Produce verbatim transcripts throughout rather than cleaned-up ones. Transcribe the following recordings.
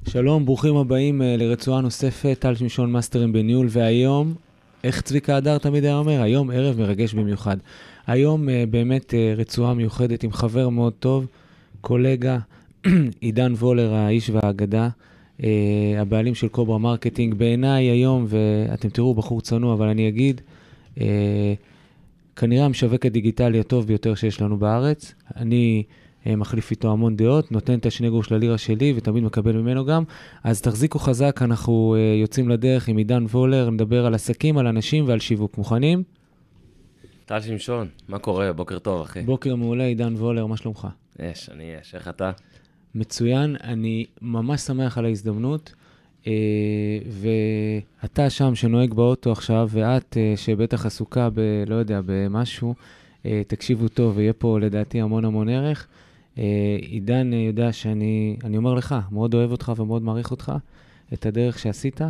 שלום, ברוכים הבאים לרצועה נוספת, טל שמשון מאסטרים בניהול, והיום, איך צביקה הדר תמיד היה אומר, היום ערב מרגש במיוחד. היום באמת רצועה מיוחדת עם חבר מאוד טוב, קולגה, עידן וולר, האיש והאגדה, הבעלים של קוברה מרקטינג. בעיניי היום, ואתם תראו בחור צנוע, אבל אני אגיד, כנראה המשווק הדיגיטלי הטוב ביותר שיש לנו בארץ. אני מחליף איתו המון דעות, נותן את השני גרוש ללירה שלי, ותמיד מקבל ממנו גם. אז תחזיקו חזק, אנחנו יוצאים לדרך עם עידן וולר, נדבר על עסקים, על אנשים ועל שיווק. מוכנים? טל שמשון, מה קורה? בוקר טוב, אחי. בוקר מעולה, עידן וולר, מה שלומך? יש, אני יש. איך אתה? מצוין, אני ממש שמח על ההזדמנות, ואתה שם שנוהג באוטו עכשיו, ואת שבטח עסוקה ב, לא יודע, במשהו, תקשיבו טוב, ויהיה פה לדעתי המון המון ערך. עידן יודע שאני, אני אומר לך, מאוד אוהב אותך ומאוד מעריך אותך, את הדרך שעשית,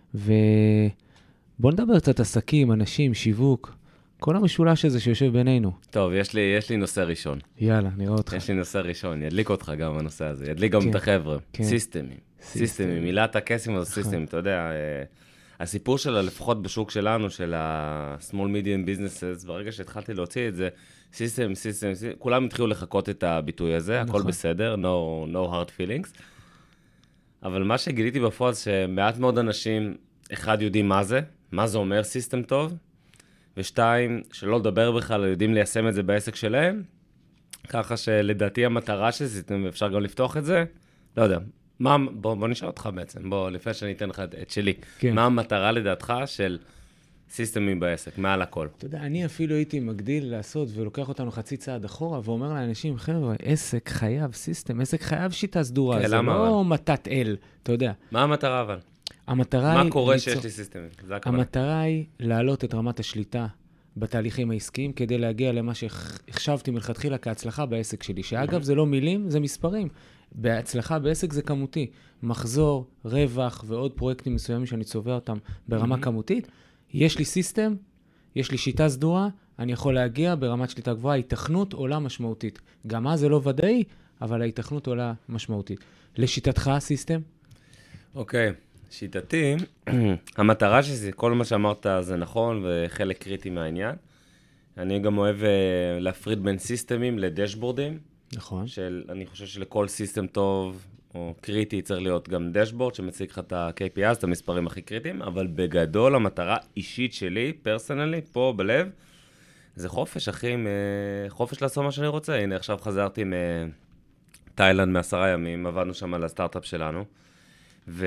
ובוא נדבר קצת עסקים, אנשים, שיווק, כל המשולש הזה שיושב בינינו. טוב, יש לי, יש לי נושא ראשון. יאללה, נראה אותך. יש לי נושא ראשון, ידליק אותך גם הנושא הזה, ידליק גם כן, את החבר'ה. כן. סיסטמים. סיסטמים, מילת הקסם הזה סיסטמים, אתה יודע, הסיפור שלה, לפחות בשוק שלנו, של ה-small medium businesses, ברגע שהתחלתי להוציא את זה, סיסטם, סיסטם, כולם התחילו לחכות את הביטוי הזה, הכל בסדר, no, no hard feelings. אבל מה שגיליתי בפועל, שמעט מאוד אנשים, אחד יודעים מה זה, מה זה אומר סיסטם טוב, ושתיים, שלא לדבר בכלל, יודעים ליישם את זה בעסק שלהם, ככה שלדעתי המטרה של סיסטם, ואפשר גם לפתוח את זה, לא יודע, מה, בוא, בוא נשאל אותך בעצם, בוא, לפני שאני אתן לך את שלי, כן. מה המטרה לדעתך של סיסטמים בעסק, מעל הכל? אתה יודע, אני אפילו הייתי מגדיל לעשות ולוקח אותנו חצי צעד אחורה, ואומר לאנשים, חבר'ה, עסק חייב סיסטם, עסק חייב שיטה סדורה, כן, זה לא מתת אל, אתה יודע. מה המטרה אבל? המטרה מה היא... קורה ליצור... שיש לי סיסטמים? המטרה היא להעלות את רמת השליטה בתהליכים העסקיים, כדי להגיע למה שהחשבתי מלכתחילה כהצלחה בעסק שלי, שאגב זה לא מילים, זה מספרים. בהצלחה בעסק זה כמותי. מחזור, רווח ועוד פרויקטים מסוימים שאני צובע אותם ברמה mm-hmm. כמותית. יש לי סיסטם, יש לי שיטה סדורה, אני יכול להגיע ברמת שליטה גבוהה, התכנות עולה משמעותית. גם אז זה לא ודאי, אבל ההתכנות עולה משמעותית. לשיטתך סיסטם? אוקיי, okay. שיטתי, המטרה שזה, כל מה שאמרת זה נכון וחלק קריטי מהעניין. אני גם אוהב להפריד בין סיסטמים לדשבורדים. נכון. של, אני חושב שלכל סיסטם טוב או קריטי צריך להיות גם דשבורד שמציג לך את ה-K P Is, את המספרים הכי קריטיים, אבל בגדול המטרה אישית שלי, פרסונלי, פה בלב, זה חופש, אחי, חופש לעשות מה שאני רוצה. הנה, עכשיו חזרתי מתאילנד מעשרה ימים, עבדנו שם על הסטארט-אפ שלנו, ויש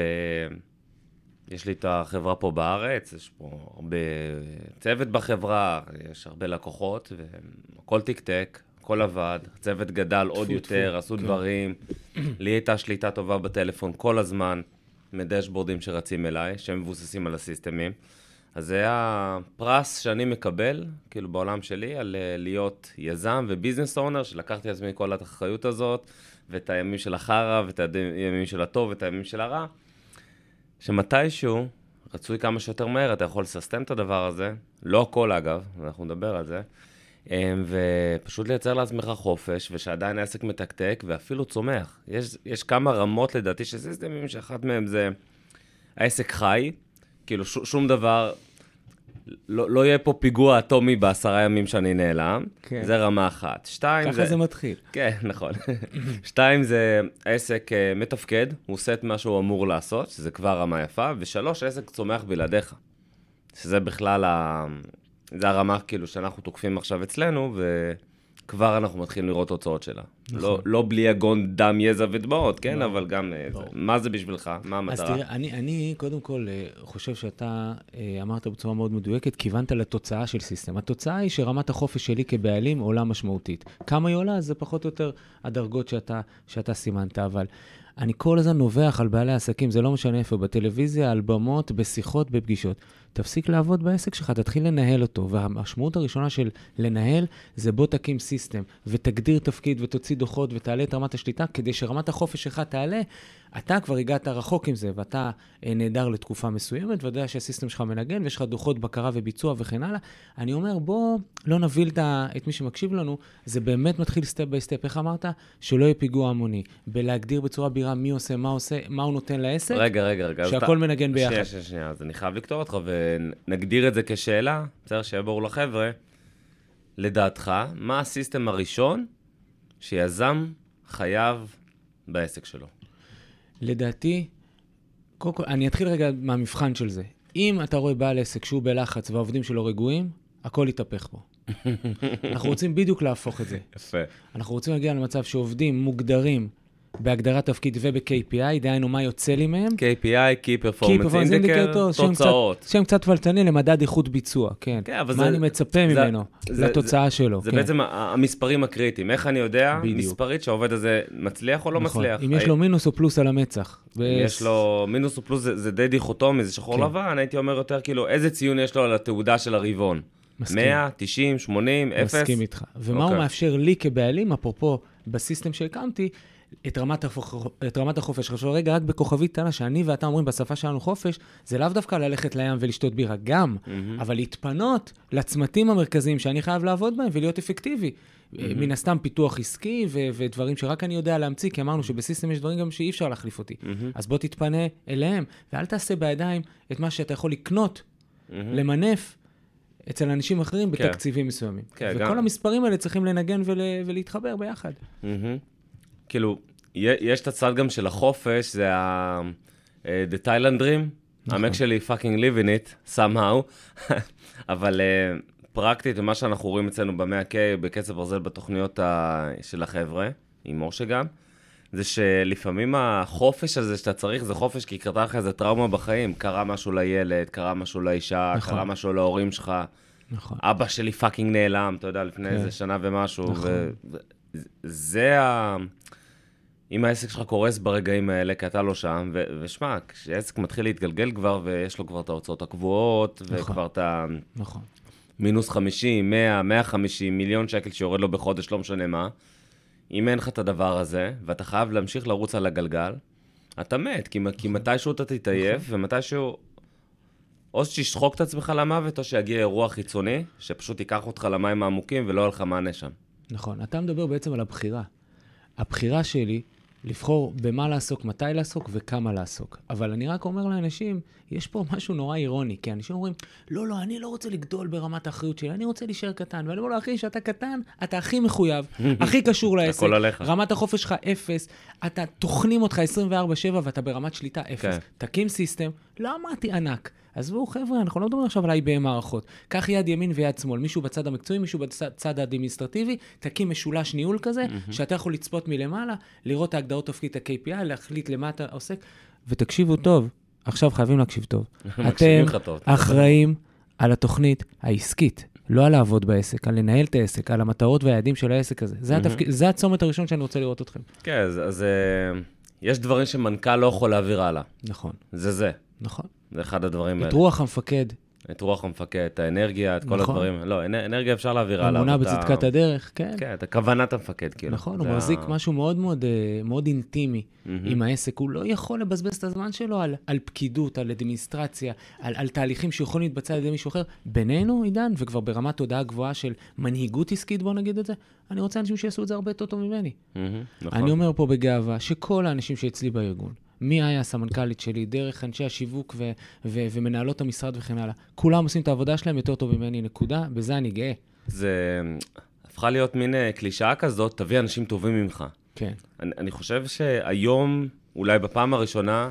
לי את החברה פה בארץ, יש פה הרבה צוות בחברה, יש הרבה לקוחות, והכל טיק-טק, כל עבד, צוות גדל עוד יותר, עשו דברים, לי הייתה שליטה טובה בטלפון כל הזמן, מדשבורדים שרצים אליי, שהם מבוססים על הסיסטמים. אז זה היה פרס שאני מקבל, כאילו בעולם שלי, על להיות יזם וביזנס אונר, שלקחתי לעצמי כל האחריות הזאת, ואת הימים של החרה, ואת הימים של הטוב, ואת הימים של הרע, שמתישהו, רצוי כמה שיותר מהר, אתה יכול לססטם את הדבר הזה, לא הכל אגב, אנחנו נדבר על זה, ופשוט לייצר לעצמך חופש, ושעדיין העסק מתקתק, ואפילו צומח. יש, יש כמה רמות לדעתי של סיסטמים, שאחת מהם זה העסק חי, כאילו ש, שום דבר, לא, לא יהיה פה פיגוע אטומי בעשרה ימים שאני נעלם, כן. זה רמה אחת. שתיים ככה זה... זה מתחיל. כן, נכון. שתיים זה העסק מתפקד, הוא עושה את מה שהוא אמור לעשות, שזה כבר רמה יפה, ושלוש, העסק צומח בלעדיך, שזה בכלל ה... זה הרמה כאילו שאנחנו תוקפים עכשיו אצלנו, וכבר אנחנו מתחילים לראות תוצאות שלה. נכון. לא, לא בלי יגון דם, יזע ודמעות, כן? לא. אבל גם לא. זה. מה זה בשבילך? מה המטרה? אז תראה, אני, אני קודם כל חושב שאתה אמרת בצורה מאוד מדויקת, כיוונת לתוצאה של סיסטם. התוצאה היא שרמת החופש שלי כבעלים עולה משמעותית. כמה היא עולה? זה פחות או יותר הדרגות שאתה, שאתה סימנת, אבל... אני כל הזמן נובח על בעלי העסקים, זה לא משנה איפה, בטלוויזיה, על במות, בשיחות, בפגישות. תפסיק לעבוד בעסק שלך, תתחיל לנהל אותו, והמשמעות הראשונה של לנהל, זה בוא תקים סיסטם, ותגדיר תפקיד, ותוציא דוחות, ותעלה את רמת השליטה, כדי שרמת החופש שלך תעלה, אתה כבר הגעת רחוק עם זה, ואתה נהדר לתקופה מסוימת, ואתה יודע שהסיסטם שלך מנגן, ויש לך דוחות בקרה וביצוע וכן הלאה. אני אומר, בוא לא נביל את מי שמקשיב לנו, זה באמת מתחיל סטפ ביי סטפ. איך אמרת? שלא יהיה פיגוע המוני. בלהגדיר בצורה בהירה מי עושה, מה עושה, מה הוא נותן לעסק. רגע, רגע, רגע. שהכל מנגן ביחד. שנייה, שנייה, שנייה. אז אני חייב לקטור אותך, ונגדיר את זה כשאלה, בסדר, שיהיה ברור לחבר'ה. לדעתך, מה הסיסטם הראשון שיזם חייב בעסק שלו? לדעתי, קודם כל, אני אתחיל רגע מהמבחן של זה. אם אתה רואה בעל עסק שהוא בלחץ והעובדים שלו רגועים, הכל יתהפך בו. אנחנו רוצים בדיוק להפוך את זה. יפה. אנחנו רוצים להגיע למצב שעובדים מוגדרים בהגדרת תפקיד וב-קיי פי איי, דהיינו מה יוצא לי מהם. קיי פי איי, Key Performance Indicator, תוצאות. שם קצת פלטני למדד איכות ביצוע, כן. מה אני מצפה ממנו לתוצאה שלו. זה בעצם המספרים הקריטיים. איך אני יודע מספרית שהעובד הזה מצליח או לא מצליח? אם יש לו מינוס או פלוס על המצח. אם יש לו מינוס או פלוס, זה די דיכוטומי, זה שחור לבן, הייתי אומר יותר כאילו, איזה ציון יש לו על התעודה של הרבעון? מאה, תשעים, שמונים, אפס? מסכים איתך. ומה הוא מאפשר לי כבעלים, אפרופו בסיסטם שהקמתי, את רמת, החופ... את רמת החופש. עכשיו רגע, רק בכוכבית קטנה, שאני ואתה אומרים בשפה שלנו חופש, זה לאו דווקא ללכת לים ולשתות בירה, גם, mm-hmm. אבל להתפנות לצמתים המרכזיים שאני חייב לעבוד בהם ולהיות אפקטיבי. Mm-hmm. מן הסתם פיתוח עסקי ו... ודברים שרק אני יודע להמציא, כי אמרנו שבסיסטם יש דברים גם שאי אפשר להחליף אותי. Mm-hmm. אז בוא תתפנה אליהם, ואל תעשה בידיים את מה שאתה יכול לקנות, mm-hmm. למנף, אצל אנשים אחרים בתקציבים מסוימים. וכל המספרים האלה צריכים לנגן ולהתחבר ביחד. כאילו, יש את הצד גם של החופש, זה ה... The Thailand Dream. I'm actually fucking living it, somehow. אבל פרקטית, ומה שאנחנו רואים אצלנו ב-מאה קיי, בקצב ברזל בתוכניות של החבר'ה, עם משה גם, זה שלפעמים החופש הזה שאתה צריך, זה חופש כי קרתה לך איזה טראומה בחיים. קרה משהו לילד, קרה משהו לאישה, נכון. קרה משהו להורים שלך. נכון. אבא שלי פאקינג נעלם, אתה יודע, לפני כן. איזה שנה ומשהו. נכון. וזה ה... אם העסק שלך קורס ברגעים האלה, כי אתה לא שם, ו... ושמע, כשעסק מתחיל להתגלגל כבר, ויש לו כבר את ההוצאות הקבועות, נכון. וכבר את ה... נכון. מינוס חמישים, מאה, מאה וחמישים, מיליון שקל שיורד לו בחודש, לא משנה מה. אם אין לך את הדבר הזה, ואתה חייב להמשיך לרוץ על הגלגל, אתה מת, כי, כי מתישהו אתה תתעייף, ומתישהו או שתשחוק את עצמך למוות, או שיגיע אירוע חיצוני, שפשוט ייקח אותך למים העמוקים, ולא יהיה לך מענה שם. נכון, אתה מדבר בעצם על הבחירה. הבחירה שלי, לבחור במה לעסוק, מתי לעסוק וכמה לעסוק. אבל אני רק אומר לאנשים, יש פה משהו נורא אירוני, כי אנשים אומרים, לא, לא, אני לא רוצה לגדול ברמת האחריות שלי, אני רוצה להישאר קטן. ואני אומר לו, אחי, שאתה קטן, אתה הכי מחויב, הכי קשור לעסק. הכל עליך. רמת החופש שלך אפס, אתה תוכנים אותך עשרים וארבע שבע ואתה ברמת שליטה אפס. תקים סיסטם, לא אמרתי ענק. עזבו, חבר'ה, אנחנו לא מדברים עכשיו על איי בי אם מערכות. קח יד ימין ויד שמאל, מישהו בצד המקצועי, מישהו בצד האדמיניסטרטיבי, תקים משולש ניהול כזה, mm-hmm. שאתה יכול לצפות מלמעלה, לראות את ההגדרות תפקיד את ה-קיי פי איי, להחליט למה אתה עוסק, ותקשיבו טוב, עכשיו חייבים להקשיב טוב. אתם אחראים על התוכנית העסקית, לא על לעבוד בעסק, על לנהל את העסק, על המטרות והיעדים של העסק הזה. זה, mm-hmm. התפקיד, זה הצומת הראשון שאני רוצה לראות אתכם. כן, אז, אז יש דברים שמנכ"ל לא יכול להעביר הלאה. נכון. זה זה. נכון. זה אחד הדברים האלה. את רוח המפקד. את רוח המפקד, את האנרגיה, את כל נכון. הדברים. לא, אנרגיה אפשר להעביר עליו. אמונה בצדקת הדרך, כן. כן, את הכוונת המפקד, כאילו. נכון, הוא מחזיק ה... משהו מאוד מאוד, מאוד אינטימי mm-hmm. עם העסק. הוא לא יכול לבזבז את הזמן שלו על, על פקידות, על אדמיניסטרציה, על, על תהליכים שיכולים להתבצע על ידי מישהו אחר. בינינו, עידן, וכבר ברמת תודעה גבוהה של מנהיגות עסקית, בוא נגיד את זה, אני רוצה אנשים שיעשו את זה הרבה יותר טוב ממני. Mm-hmm, נכון. אני אומר פה בגאווה שכל האנשים שאצלי בארגון, מי היה הסמנכ"לית שלי, דרך אנשי השיווק ו- ו- ומנהלות המשרד וכן הלאה. כולם עושים את העבודה שלהם יותר טוב ממני, נקודה, בזה אני גאה. זה הפכה להיות מין קלישאה כזאת, תביא אנשים טובים ממך. כן. אני, אני חושב שהיום, אולי בפעם הראשונה,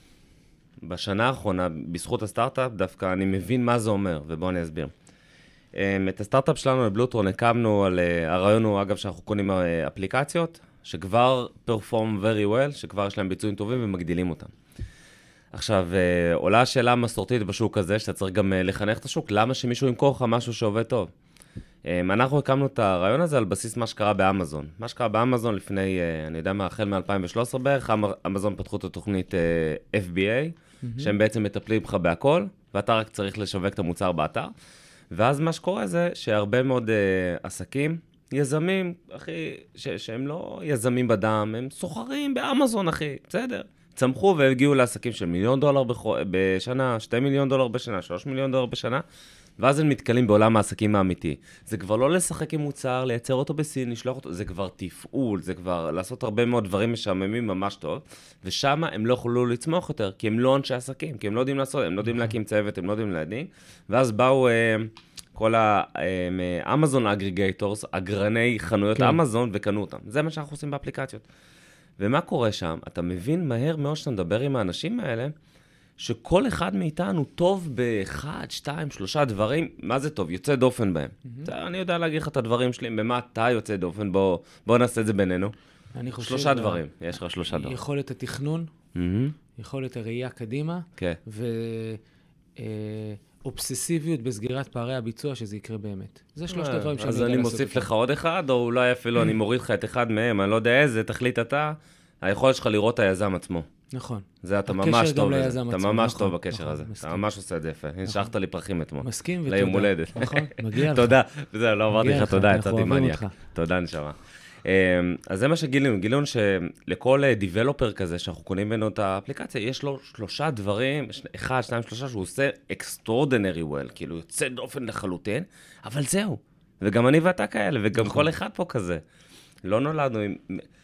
בשנה האחרונה, בזכות הסטארט-אפ, דווקא אני מבין מה זה אומר, ובואו אני אסביר. את הסטארט-אפ שלנו בבלוטרון הקמנו על, הרעיון הוא אגב שאנחנו קונים אפליקציות, שכבר perform very well, שכבר יש להם ביצועים טובים ומגדילים אותם. עכשיו, עולה השאלה מסורתית בשוק הזה, שאתה צריך גם לחנך את השוק, למה שמישהו ימכור לך משהו שעובד טוב? אנחנו הקמנו את הרעיון הזה על בסיס מה שקרה באמזון. מה שקרה באמזון לפני, אני יודע מה, החל מ-אלפיים ושלוש עשרה בערך, אמזון פתחו את התוכנית אף בי איי, mm-hmm. שהם בעצם מטפלים לך בהכל, ואתה רק צריך לשווק את המוצר באתר. ואז מה שקורה זה שהרבה מאוד uh, עסקים, יזמים, אחי, ש- שהם לא יזמים בדם, הם סוחרים באמזון, אחי, בסדר? צמחו והגיעו לעסקים של מיליון דולר בשנה, שתי מיליון דולר בשנה, שלוש מיליון דולר בשנה, ואז הם מתקלים בעולם העסקים האמיתי. זה כבר לא לשחק עם מוצר, לייצר אותו בסין, לשלוח אותו, זה כבר תפעול, זה כבר לעשות הרבה מאוד דברים משעממים ממש טוב, ושם הם לא יכולו לצמוח יותר, כי הם לא אנשי עסקים, כי הם לא יודעים לעשות, הם לא יודעים להקים צוות, הם לא יודעים להדין, ואז באו אה, כל האמזון אגריגייטורס, אגרני חנויות כן. אמזון, וקנו אותם. זה מה שאנחנו עושים באפליקציות. ומה קורה שם? אתה מבין מהר מאוד שאתה מדבר עם האנשים האלה, שכל אחד מאיתנו טוב באחד, שתיים, שלושה דברים, מה זה טוב? יוצא דופן בהם. Mm-hmm. אני יודע להגיד לך את הדברים שלי, במה אתה יוצא דופן, בוא, בוא נעשה את זה בינינו. אני חושב... שלושה דברים, יש לך שלושה דברים. יכולת התכנון, mm-hmm. יכולת הראייה קדימה, כן. ואובססיביות בסגירת פערי הביצוע, שזה יקרה באמת. זה שלושת הדברים שאני יודע לעשות. אז אני מוסיף לך עוד אחד, או אולי אפילו אני מוריד לך את אחד מהם, אני לא יודע איזה, תחליט אתה, היכולת שלך לראות היזם עצמו. נכון. זה אתה ממש טוב, אתה ממש נכון, טוב בקשר נכון, הזה. מסכים. אתה ממש עושה את זה יפה. נכון. נשלחת לי פרחים אתמול. מסכים ותודה. ליום הולדת. נכון, מגיע לך. תודה. וזהו, לא אמרתי לך תודה, יצאתי מניאק. אותך. תודה, נשמה. אז זה מה שגילינו, גילינו שלכל דיבלופר כזה, שאנחנו קונים ממנו את האפליקציה, יש לו שלושה דברים, אחד, שניים, שלושה, שהוא עושה extraordinary well, כאילו יוצא דופן לחלוטין, אבל זהו. וגם אני ואתה כאלה, וגם כל אחד פה כזה. לא נולדנו עם...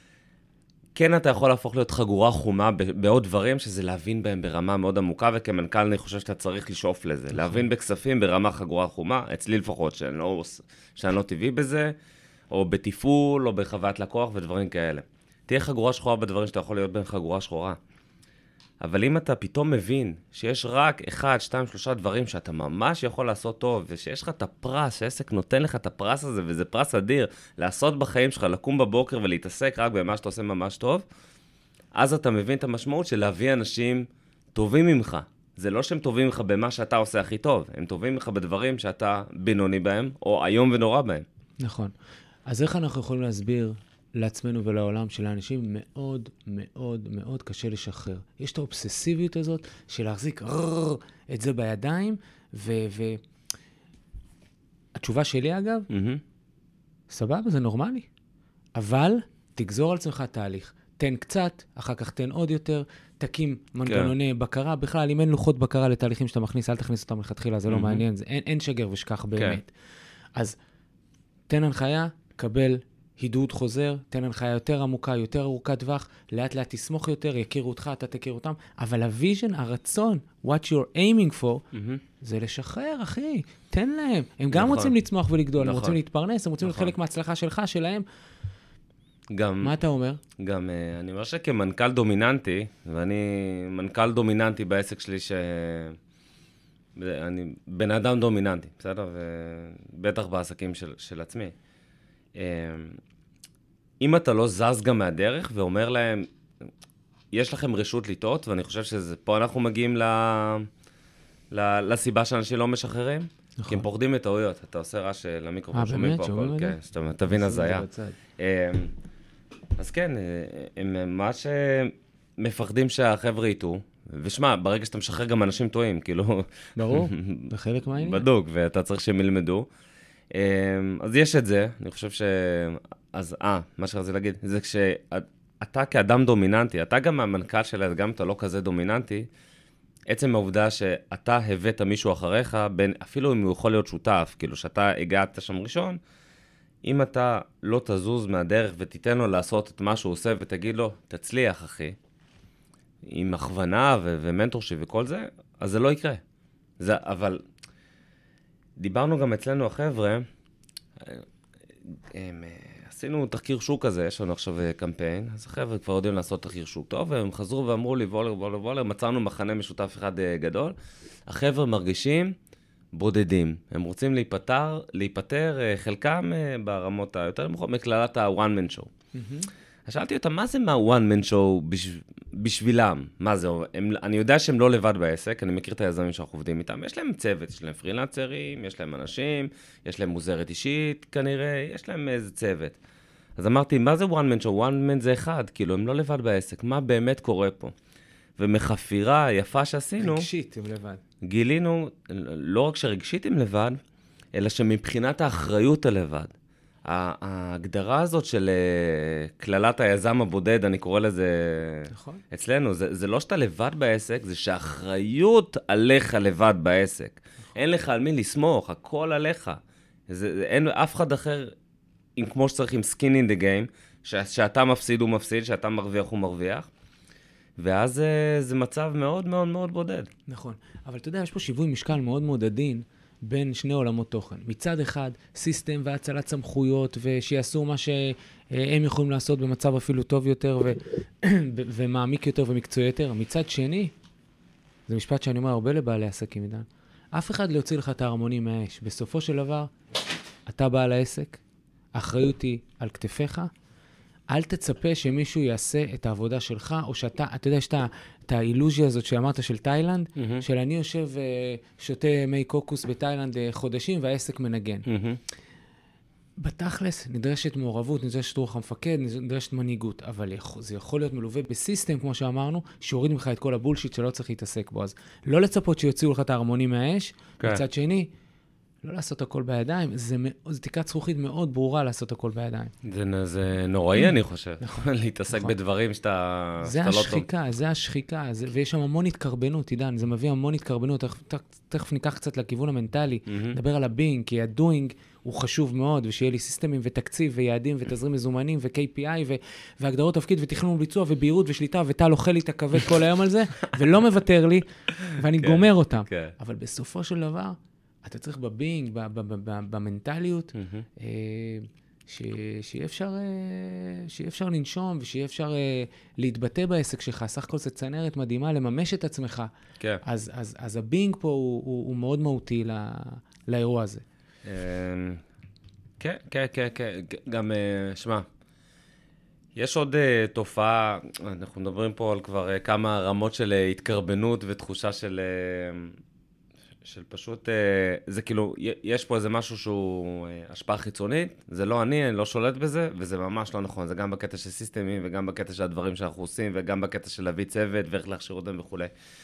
כן, אתה יכול להפוך להיות חגורה חומה בעוד דברים, שזה להבין בהם ברמה מאוד עמוקה, וכמנכ"ל אני חושב שאתה צריך לשאוף לזה. להבין בכספים ברמה חגורה חומה, אצלי לפחות, שאני לא, שאני לא טבעי בזה, או בתפעול, או בחוות לקוח ודברים כאלה. תהיה חגורה שחורה בדברים שאתה יכול להיות בין חגורה שחורה. אבל אם אתה פתאום מבין שיש רק אחד, שתיים, שלושה דברים שאתה ממש יכול לעשות טוב, ושיש לך את הפרס, שהעסק נותן לך את הפרס הזה, וזה פרס אדיר, לעשות בחיים שלך, לקום בבוקר ולהתעסק רק במה שאתה עושה ממש טוב, אז אתה מבין את המשמעות של להביא אנשים טובים ממך. זה לא שהם טובים ממך במה שאתה עושה הכי טוב, הם טובים ממך בדברים שאתה בינוני בהם, או היום ונורא בהם. נכון. אז איך אנחנו יכולים להסביר לעצמנו ולעולם של האנשים מאוד מאוד מאוד קשה לשחרר. יש את האובססיביות הזאת של להחזיק רררר, את זה בידיים, ו... ו... התשובה שלי אגב, mm-hmm. סבבה, זה נורמלי. אבל תגזור על עצמך תהליך. תן קצת, אחר כך תן עוד יותר, תקים מנגנוני כן. בקרה. בכלל, אם אין לוחות בקרה לתהליכים שאתה מכניס, אל תכניס אותם לכתחילה, זה mm-hmm. לא מעניין, זה, אין, אין שגר ושכח באמת. כן. אז תן הנחיה, קבל הידוד חוזר, תן הנחיה יותר עמוקה, יותר ארוכת טווח, לאט לאט תסמוך יותר, יכירו אותך, אתה תכיר אותם, אבל הוויז'ן, הרצון, what you're aiming for, mm-hmm. זה לשחרר, אחי, תן להם. הם גם נכון. רוצים לצמוח ולגדול, נכון. הם רוצים להתפרנס, הם רוצים נכון. להיות חלק מההצלחה שלך, שלהם. גם, מה אתה אומר? גם, אני אומר שכמנכ"ל דומיננטי, ואני מנכ"ל דומיננטי בעסק שלי, ש... אני בן אדם דומיננטי, בסדר? ובטח בעסקים של, של עצמי. אם אתה לא זז גם מהדרך ואומר להם, יש לכם רשות לטעות, ואני חושב שפה אנחנו מגיעים ל... ל... לסיבה שאנשים לא משחררים, נכון. כי הם פוחדים מטעויות. אתה עושה רעש למיקרופון, שומעים פה הכל, כן, שאתה תבין אז היה. אז כן, הם ממש מפחדים שהחבר'ה יטעו, ושמע, ברגע שאתה משחרר גם אנשים טועים, כאילו... ברור, זה חלק מהעניין. בדוק, ואתה צריך שהם ילמדו. אז יש את זה, אני חושב ש... אז אה, מה שרציתי להגיד, זה כשאתה כאדם דומיננטי, אתה גם המנכ"ל שלה, גם אתה לא כזה דומיננטי, עצם העובדה שאתה הבאת מישהו אחריך, בין, אפילו אם הוא יכול להיות שותף, כאילו שאתה הגעת שם ראשון, אם אתה לא תזוז מהדרך ותיתן לו לעשות את מה שהוא עושה ותגיד לו, תצליח אחי, עם הכוונה ו- ומנטורשיפ וכל זה, אז זה לא יקרה. זה, אבל דיברנו גם אצלנו החבר'ה, הם, עשינו תחקיר שוק כזה, יש לנו עכשיו קמפיין, אז החבר'ה כבר יודעים לעשות תחקיר שוק טוב, והם חזרו ואמרו לי, וולר, וולר, וולר, מצאנו מחנה משותף אחד גדול, החבר'ה מרגישים בודדים, הם רוצים להיפטר, להיפטר חלקם ברמות היותר נמוכות, מכללת ה-one man show. Mm-hmm. אז שאלתי אותם, מה זה מה-one man show בשב... בשבילם? מה זה? הם... אני יודע שהם לא לבד בעסק, אני מכיר את היזמים שאנחנו עובדים איתם, יש להם צוות, יש להם פרילנסרים, יש להם אנשים, יש להם מוזרת אישית כנראה, יש להם איזה צוות. אז אמרתי, מה זה one man show? one man זה אחד, כאילו, הם לא לבד בעסק, מה באמת קורה פה? ומחפירה יפה שעשינו... רגשית הם לבד. גילינו, לא רק שרגשית הם לבד, אלא שמבחינת האחריות הלבד. ההגדרה הזאת של כללת היזם הבודד, אני קורא לזה נכון. אצלנו, זה, זה לא שאתה לבד בעסק, זה שהאחריות עליך לבד בעסק. נכון. אין לך על מי לסמוך, הכל עליך. זה, אין אף אחד אחר, עם, כמו שצריך, עם skin in the game, ש, שאתה מפסיד הוא מפסיד, שאתה מרוויח הוא מרוויח, ואז זה, זה מצב מאוד מאוד מאוד בודד. נכון, אבל אתה יודע, יש פה שיווי משקל מאוד מאוד עדין, בין שני עולמות תוכן. מצד אחד, סיסטם והצלת סמכויות, ושיעשו מה שהם יכולים לעשות במצב אפילו טוב יותר, ו- ומעמיק יותר ומקצועי יותר. מצד שני, זה משפט שאני אומר הרבה לבעלי עסקים, עידן, אף אחד לא יוציא לך את ההרמונים מהאש. בסופו של דבר, אתה בעל העסק, האחריות היא על כתפיך, אל תצפה שמישהו יעשה את העבודה שלך, או שאתה, אתה יודע, יש את האילוזיה הזאת שאמרת של תאילנד, mm-hmm. של אני יושב ושותה מי קוקוס בתאילנד חודשים, והעסק מנגן. Mm-hmm. בתכלס, נדרשת מעורבות, נדרשת רוח המפקד, נדרשת מנהיגות, אבל זה יכול להיות מלווה בסיסטם, כמו שאמרנו, שיוריד ממך את כל הבולשיט שלא צריך להתעסק בו. אז לא לצפות שיוציאו לך את ההרמונים מהאש, okay. מצד שני, לא לעשות הכל בידיים, זה, זה תקרת זכוכית מאוד ברורה לעשות הכל בידיים. זה, זה נוראי, אני חושב. נכון. להתעסק נכון. בדברים שאתה, זה שאתה השחיקה, לא טוב. זה השחיקה, זה, ויש שם המון התקרבנות, עידן, זה מביא המון התקרבנות, תכף, תכף ניקח קצת לכיוון המנטלי, mm-hmm. נדבר על הבינג, כי הדוינג הוא חשוב מאוד, ושיהיה לי סיסטמים ותקציב ויעדים ותזרים מזומנים ו-קיי פי איי ו- והגדרות תפקיד ותכנון וביצוע ובהירות ושליטה, וטל אוכל לי את הכבד כל היום על זה, ולא מוותר לי, ואני כן, גומר אותם. כן. אבל בסופו של דבר, אתה צריך בבינג, במנטליות, שיהיה אפשר לנשום, ושיהיה אפשר להתבטא בעסק שלך. סך הכל זה צנרת מדהימה, לממש את עצמך. אז הבינג פה הוא מאוד מהותי לאירוע הזה. כן, כן, כן, כן. גם, שמע, יש עוד תופעה, אנחנו מדברים פה על כבר כמה רמות של התקרבנות ותחושה של... של פשוט, זה כאילו, יש פה איזה משהו שהוא השפעה חיצונית, זה לא אני, אני לא שולט בזה, וזה ממש לא נכון. זה גם בקטע של סיסטמים, וגם בקטע של הדברים שאנחנו עושים, וגם בקטע של להביא צוות, ואיך להכשיר אותם וכו'.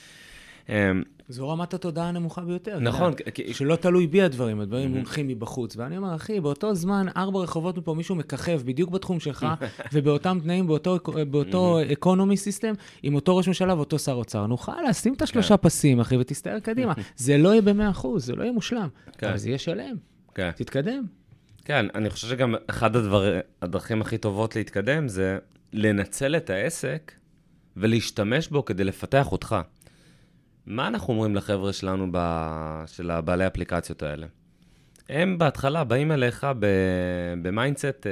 זו רמת התודעה הנמוכה ביותר. נכון. שלא תלוי בי הדברים, הדברים מונחים מבחוץ. ואני אומר, אחי, באותו זמן, ארבע רחובות מפה, מישהו מככב בדיוק בתחום שלך, ובאותם תנאים, באותו אקונומי סיסטם, עם אותו ראש ממשלה ואותו שר אוצר. נוכל לשים את השלושה פסים, אחי, ותסתער קדימה. זה לא יהיה במאה אחוז, זה לא יהיה מושלם. אבל זה יהיה שלם. תתקדם. כן, אני חושב שגם אחד הדרכים הכי טובות להתקדם, זה לנצל את העסק ולהשתמש בו כדי לפתח אותך. מה אנחנו אומרים לחבר'ה שלנו ב... של הבעלי האפליקציות האלה? הם בהתחלה באים אליך ב... במיינדסט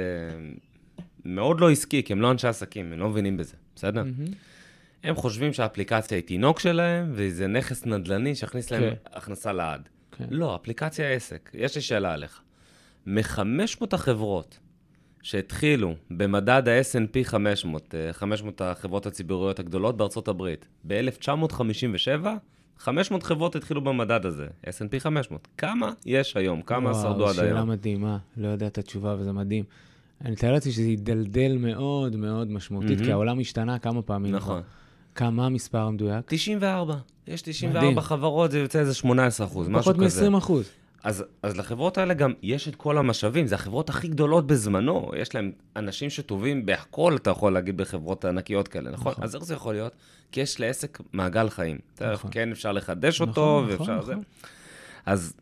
מאוד לא עסקי, כי הם לא אנשי עסקים, הם לא מבינים בזה, בסדר? Mm-hmm. הם חושבים שהאפליקציה היא תינוק שלהם, וזה נכס נדל"ני שיכניס להם okay. הכנסה לעד. Okay. לא, אפליקציה עסק. יש לי שאלה עליך. מ-חמש מאות החברות שהתחילו במדד ה-אס אנד פי חמש מאות, חמש מאות החברות הציבוריות הגדולות בארצות הברית, ב-אלף תשע מאות חמישים ושבע, חמש מאות חברות התחילו במדד הזה, אס אנד פי חמש מאות. כמה יש היום? כמה שרדו עד היום? שאלה מדהימה, לא יודע את התשובה וזה מדהים. אני מתאר לעצמי שזה ידלדל מאוד מאוד משמעותית, כי העולם השתנה כמה פעמים. נכון. כמה המספר המדויק? תשעים וארבע. יש תשעים וארבע חברות, זה יוצא איזה שמונה עשרה אחוז, משהו כזה. פחות מ-עשרים אחוז. אז, אז לחברות האלה גם יש את כל המשאבים, זה החברות הכי גדולות בזמנו, יש להם אנשים שטובים בהכל, אתה יכול להגיד בחברות ענקיות כאלה, נכון? נכון. אז איך זה יכול להיות? כי יש לעסק מעגל חיים. נכון. כן, אפשר לחדש אותו, נכון, ואפשר נכון, זה. נכון. אז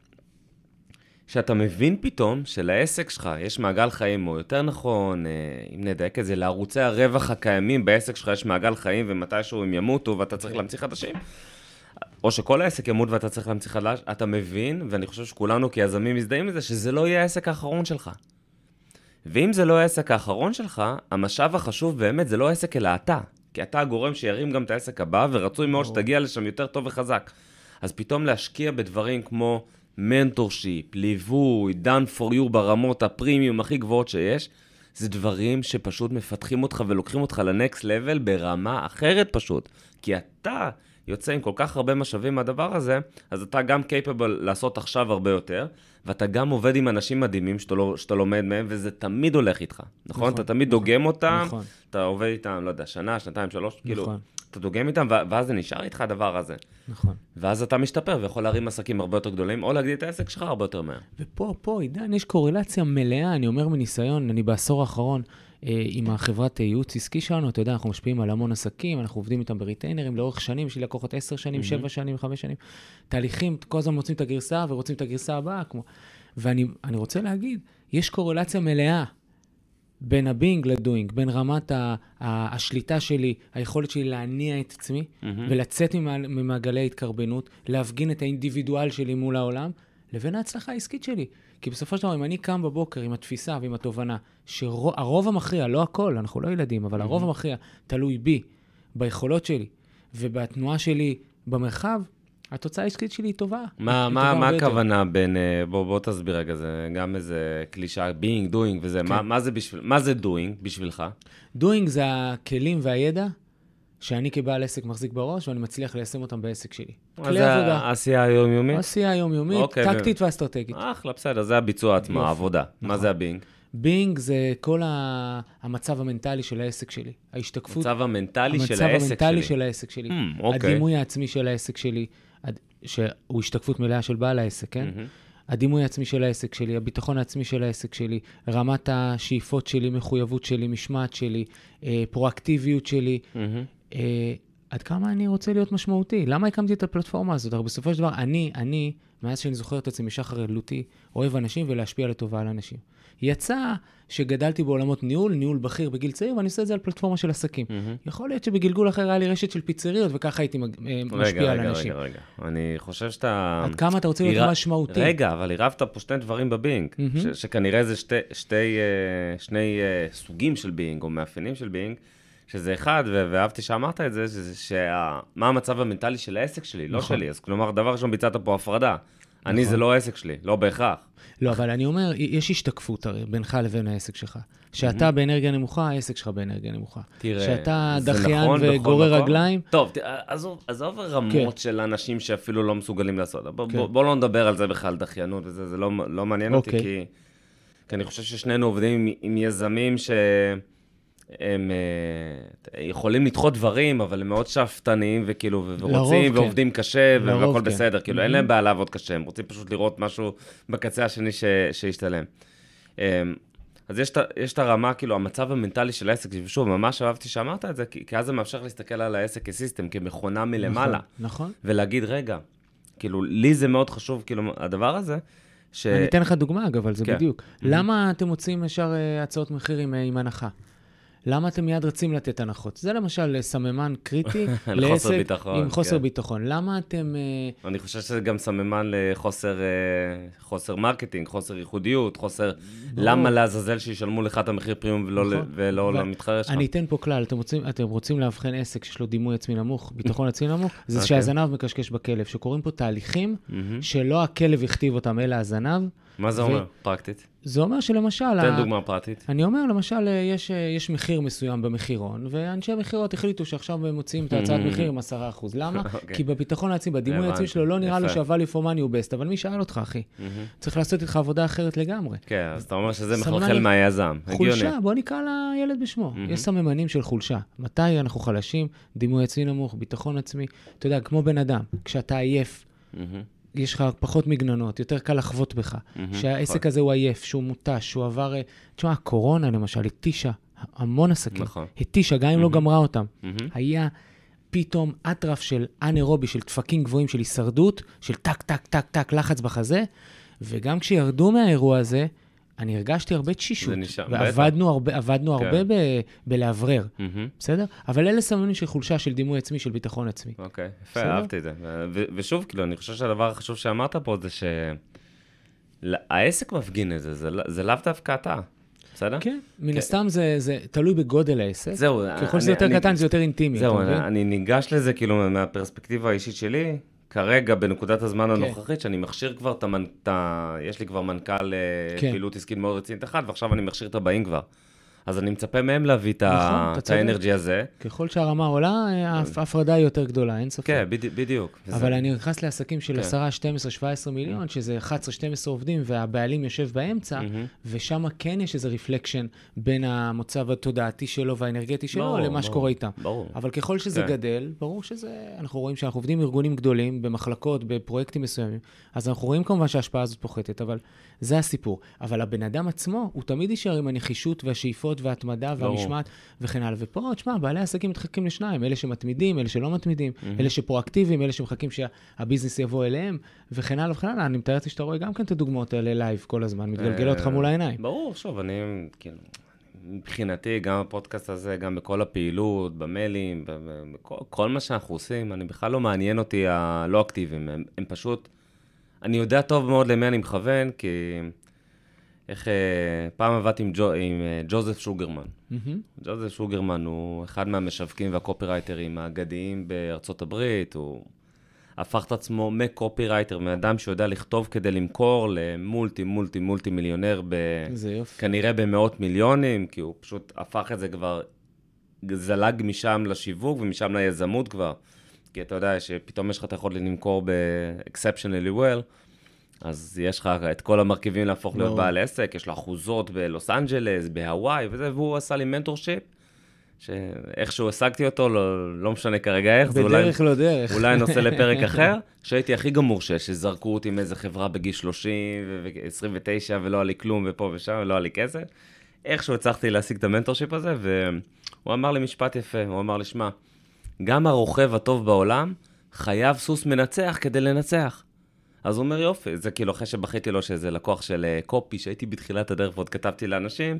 כשאתה מבין פתאום שלעסק שלך יש מעגל חיים, או יותר נכון, אם נדייק את זה, לערוצי הרווח הקיימים בעסק שלך יש מעגל חיים, ומתישהו הם ימותו ואתה צריך להמציא חדשים, או שכל העסק ימות ואתה צריך להמציא חדש, אתה מבין, ואני חושב שכולנו כיזמים מזדהים לזה, שזה לא יהיה העסק האחרון שלך. ואם זה לא העסק האחרון שלך, המשאב החשוב באמת זה לא העסק אלא אתה. כי אתה הגורם שירים גם את העסק הבא, ורצוי מאוד שתגיע לשם יותר טוב וחזק. אז פתאום להשקיע בדברים כמו מנטורשיפ, ליווי, done for you ברמות הפרימיום הכי גבוהות שיש, זה דברים שפשוט מפתחים אותך ולוקחים אותך לנקסט לבל ברמה אחרת פשוט. כי אתה יוצא עם כל כך הרבה משאבים מהדבר הזה, אז אתה גם capable לעשות עכשיו הרבה יותר, ואתה גם עובד עם אנשים מדהימים שאתה, לא, שאתה לומד מהם, וזה תמיד הולך איתך, נכון? נכון אתה תמיד נכון, דוגם אותם, נכון. אתה עובד איתם, לא יודע, שנה, שנתיים, שלוש, נכון. כאילו, אתה דוגם איתם, ואז זה נשאר איתך הדבר הזה. נכון. ואז אתה משתפר ויכול להרים עסקים הרבה יותר גדולים, או להגדיל את העסק שלך הרבה יותר מהר. ופה, פה, עידן, יש קורלציה מלאה, אני אומר מניסיון, אני בעשור האחרון, אה, עם החברת ייעוץ עסקי שלנו, אתה יודע, אנחנו משפיעים על המון עסקים, אנחנו עובדים איתם בריטיינרים לאורך שנים, בשביל לקוחות עשר שנים, שבע שנים, חמש שנים, תהליכים, כל הזמן מוצאים את הגרסה ורוצים את הגרסה הבאה, כמו... ואני אני רוצה להגיד, יש קורלציה מלאה בין הבינג לדוינג, בין רמת ה, ה, השליטה שלי, היכולת שלי להניע את עצמי, mm-hmm. ולצאת ממעגלי התקרבנות, להפגין את האינדיבידואל שלי מול העולם, לבין ההצלחה העסקית שלי. כי בסופו של דבר, אם אני קם בבוקר עם התפיסה ועם התובנה, שהרוב המכריע, לא הכל, אנחנו לא ילדים, אבל mm-hmm. הרוב המכריע תלוי בי, ביכולות שלי, ובתנועה שלי במרחב, התוצאה העסקית שלי היא טובה. מה, מה, מה הכוונה בין, בוא, בוא תסביר רגע, זה גם איזה קלישה, being, doing וזה, כן. מה, מה זה בשביל, מה זה doing בשבילך? doing זה הכלים והידע שאני כבעל עסק מחזיק בראש, ואני מצליח ליישם אותם בעסק שלי. כלי עבודה. זה העשייה היומיומית? העשייה היומיומית, אוקיי, טקטית ו... ואסטרטגית. אחלה, בסדר, זה הביצוע עצמה, העבודה. נכון. מה זה הבינג? בינג זה כל המצב המנטלי של העסק שלי. ההשתקפות... המצב המנטלי של העסק שלי. המצב המנטלי של העסק שלי. Hmm, אוקיי. הדימוי העצמי של העסק שלי, שהוא השתקפות מלאה של בעל העסק, כן? Mm-hmm. הדימוי העצמי של העסק שלי, הביטחון העצמי של העסק שלי, רמת השאיפות שלי, מחויבות שלי, משמעת שלי, אה, פרואקטיביות שלי. Mm-hmm. אה, עד כמה אני רוצה להיות משמעותי? למה הקמתי את הפלטפורמה הזאת? אבל בסופו של דבר, אני, אני, מאז שאני זוכר את עצמי משחר ילדותי, אוהב אנשים ולהשפיע לטובה על אנשים. יצא שגדלתי בעולמות ניהול, ניהול בכיר בגיל צעיר, ואני עושה את זה על פלטפורמה של עסקים. Mm-hmm. יכול להיות שבגלגול אחר היה לי רשת של פיצריות, וככה הייתי משפיע רגע, על רגע, אנשים. רגע, רגע. אני חושב שאתה... עד כמה אתה רוצה להיות עיר... משמעותי? רגע, אבל עירבת פה שני דברים בבינג, mm-hmm. ש... שכנראה זה שתי, שתי, שני uh, סוגים של בינג, או מאפיינים של בינג, שזה אחד, ו- ואהבתי שאמרת את זה, שזה שה... מה המצב המנטלי של העסק שלי, לא נכון. שלי. אז כלומר, דבר ראשון ביצעת פה הפרדה. נכון. אני זה לא העסק שלי, לא בהכרח. לא, אבל אני אומר, יש השתקפות הרי בינך לבין העסק שלך. שאתה mm-hmm. באנרגיה נמוכה, העסק שלך באנרגיה נמוכה. תראה, שאתה דחיין נכון, וגורר נכון, רגליים. טוב, עזוב, עזוב רמות כן. של אנשים שאפילו לא מסוגלים לעשות. בוא, כן. בוא, בוא לא נדבר על זה בכלל, דחיינות וזה, זה לא, לא מעניין אוקיי. אותי, כי, כי אני חושב ששנינו עובדים עם, עם יזמים ש... הם uh, יכולים לדחות דברים, אבל הם מאוד שאפתנים, וכאילו, ורוצים, ועובדים קשה, והכל בסדר. כאילו, אין להם בעיה לעבוד קשה, הם רוצים פשוט לראות משהו בקצה השני שישתלם. אז יש את הרמה, כאילו, המצב המנטלי של העסק, ושוב, ממש אהבתי שאמרת את זה, כי אז זה מאפשר להסתכל על העסק כסיסטם, כמכונה מלמעלה. נכון. ולהגיד, רגע, כאילו, לי זה מאוד חשוב, כאילו, הדבר הזה, אני אתן לך דוגמה, אגב, אבל זה בדיוק. למה אתם מוצאים ישר הצעות מחיר עם הנחה? למה אתם מיד רצים לתת הנחות? זה למשל סממן קריטי לעסק עם חוסר ביטחון. למה אתם... אני חושב שזה גם סממן לחוסר מרקטינג, חוסר ייחודיות, חוסר... למה לעזאזל שישלמו לך את המחיר פרימיום ולא למתחרה שלך? אני אתן פה כלל, אתם רוצים להבחן עסק שיש לו דימוי עצמי נמוך, ביטחון עצמי נמוך, זה שהזנב מקשקש בכלב, שקוראים פה תהליכים שלא הכלב הכתיב אותם, אלא הזנב. מה זה אומר, פרקטית? זה אומר שלמשל... תן דוגמה פרקטית. אני אומר, למשל, יש, יש מחיר מסוים במחירון, ואנשי המחירות החליטו שעכשיו הם מוצאים את ההצעת מחיר עם עשרה אחוז. למה? כי בביטחון העצמי, בדימוי העצמי שלו, לא נראה לו שה-value for money הוא best, אבל מי שאל אותך, אחי? צריך לעשות איתך עבודה אחרת לגמרי. כן, אז אתה אומר שזה מחלחל מהיזם. חולשה, בוא נקרא לילד בשמו. יש סממנים של חולשה. מתי אנחנו חלשים? דימוי עצמי נמוך, ביטחון עצמי. אתה יודע, כמו בן אדם, כשאתה עייף, יש לך פחות מגננות, יותר קל לחוות בך, שהעסק הזה הוא עייף, שהוא מוטש, שהוא עבר... תשמע, הקורונה למשל, התישה המון עסקים, התישה, גם אם לא גמרה אותם. היה פתאום אטרף של אנאירובי, של דפקים גבוהים, של הישרדות, של טק, טק, טק, טק, לחץ בחזה, וגם כשירדו מהאירוע הזה, אני הרגשתי הרבה תשישות, ועבדנו הרבה, עבדנו הרבה בלהברר, בסדר? אבל אלה סמנים של חולשה, של דימוי עצמי, של ביטחון עצמי. אוקיי, יפה, אהבתי את זה. ושוב, כאילו, אני חושב שהדבר החשוב שאמרת פה זה שהעסק מפגין את זה, זה לאו דווקא אתה, בסדר? כן, מן הסתם זה תלוי בגודל העסק. זהו. ככל שזה יותר קטן, זה יותר אינטימי. זהו, אני ניגש לזה, כאילו, מהפרספקטיבה האישית שלי, כרגע, בנקודת הזמן הנוכחית, שאני מכשיר כבר את המנ... יש לי כבר מנכ"ל פעילות עסקית מאוד רצינית אחד, ועכשיו אני מכשיר את הבאים כבר. אז אני מצפה מהם להביא את האנרג'י הזה. ככל שהרמה עולה, ההפרדה היא יותר גדולה, אין ספק. כן, בדיוק. אבל אני נכנס לעסקים של עשרה, שתים עשרה, שבע עשרה מיליון, שזה אחת עשרה, שתים עשרה עובדים, והבעלים יושב באמצע, ושם כן יש איזה רפלקשן בין המצב התודעתי שלו והאנרגטי שלו, למה שקורה איתם. אבל ככל שזה גדל, ברור שזה, אנחנו רואים שאנחנו עובדים עם ארגונים גדולים, במחלקות, בפרויקטים מסוימים, אז אנחנו רואים כמובן שההשפעה הזאת פוחתת, אבל זה הסיפור. אבל הבן אדם עצמו, הוא תמיד יישאר עם הנחישות והשאיפות וההתמדה והמשמעת וכן הלאה. ופה, תשמע, בעלי העסקים מתחלקים לשניים, אלה שמתמידים, אלה שלא מתמידים, אלה שפרואקטיביים, אלה שמחכים שהביזנס יבוא אליהם, וכן הלאה וכן הלאה. אני מתאר לעצמי שאתה רואה גם כן את הדוגמאות האלה לייב כל הזמן, מתגלגלות לך מול העיניים. ברור, שוב, אני, כאילו, מבחינתי, גם בפודקאסט הזה, גם בכל הפעילות, במיילים, בכל מה שאנחנו עושים, אני בכלל לא מעניין אותי הלא אקטיביים, הם, הם פשוט, אני יודע טוב מאוד למי אני מכוון, כי איך, פעם עבדתי עם, ג'ו, עם ג'וזף שוגרמן. Mm-hmm. ג'וזף שוגרמן הוא אחד מהמשווקים והקופירייטרים האגדיים בארצות הברית, הוא הפך את עצמו מקופירייטר, מאדם שיודע לכתוב כדי למכור למולטי, מולטי, מולטי מיליונר, ב... כנראה במאות מיליונים, כי הוא פשוט הפך את זה כבר, זלג משם לשיווק ומשם ליזמות כבר. כי אתה יודע שפתאום יש לך את היכולת למכור ב-exceptionally well, אז יש לך את כל המרכיבים להפוך להיות בעל עסק, יש לו אחוזות בלוס אנג'לס, בהוואי וזה, והוא עשה לי מנטורשיפ, שאיכשהו השגתי אותו, לא, לא משנה כרגע איך, בדרך אולי, לא דרך. אולי נושא לפרק אחר, שהייתי הכי גמור שזרקו אותי מאיזה חברה בגיל שלושים ו-עשרים ותשע, ולא היה לי כלום ופה ושם, ולא היה לי כסף. איכשהו הצלחתי להשיג את המנטורשיפ הזה, והוא אמר לי משפט יפה, הוא אמר לי, שמע, גם הרוכב הטוב בעולם חייב סוס מנצח כדי לנצח. אז הוא אומר, יופי, זה כאילו אחרי שבחיתי לו שזה לקוח של קופי, שהייתי בתחילת הדרך ועוד כתבתי לאנשים,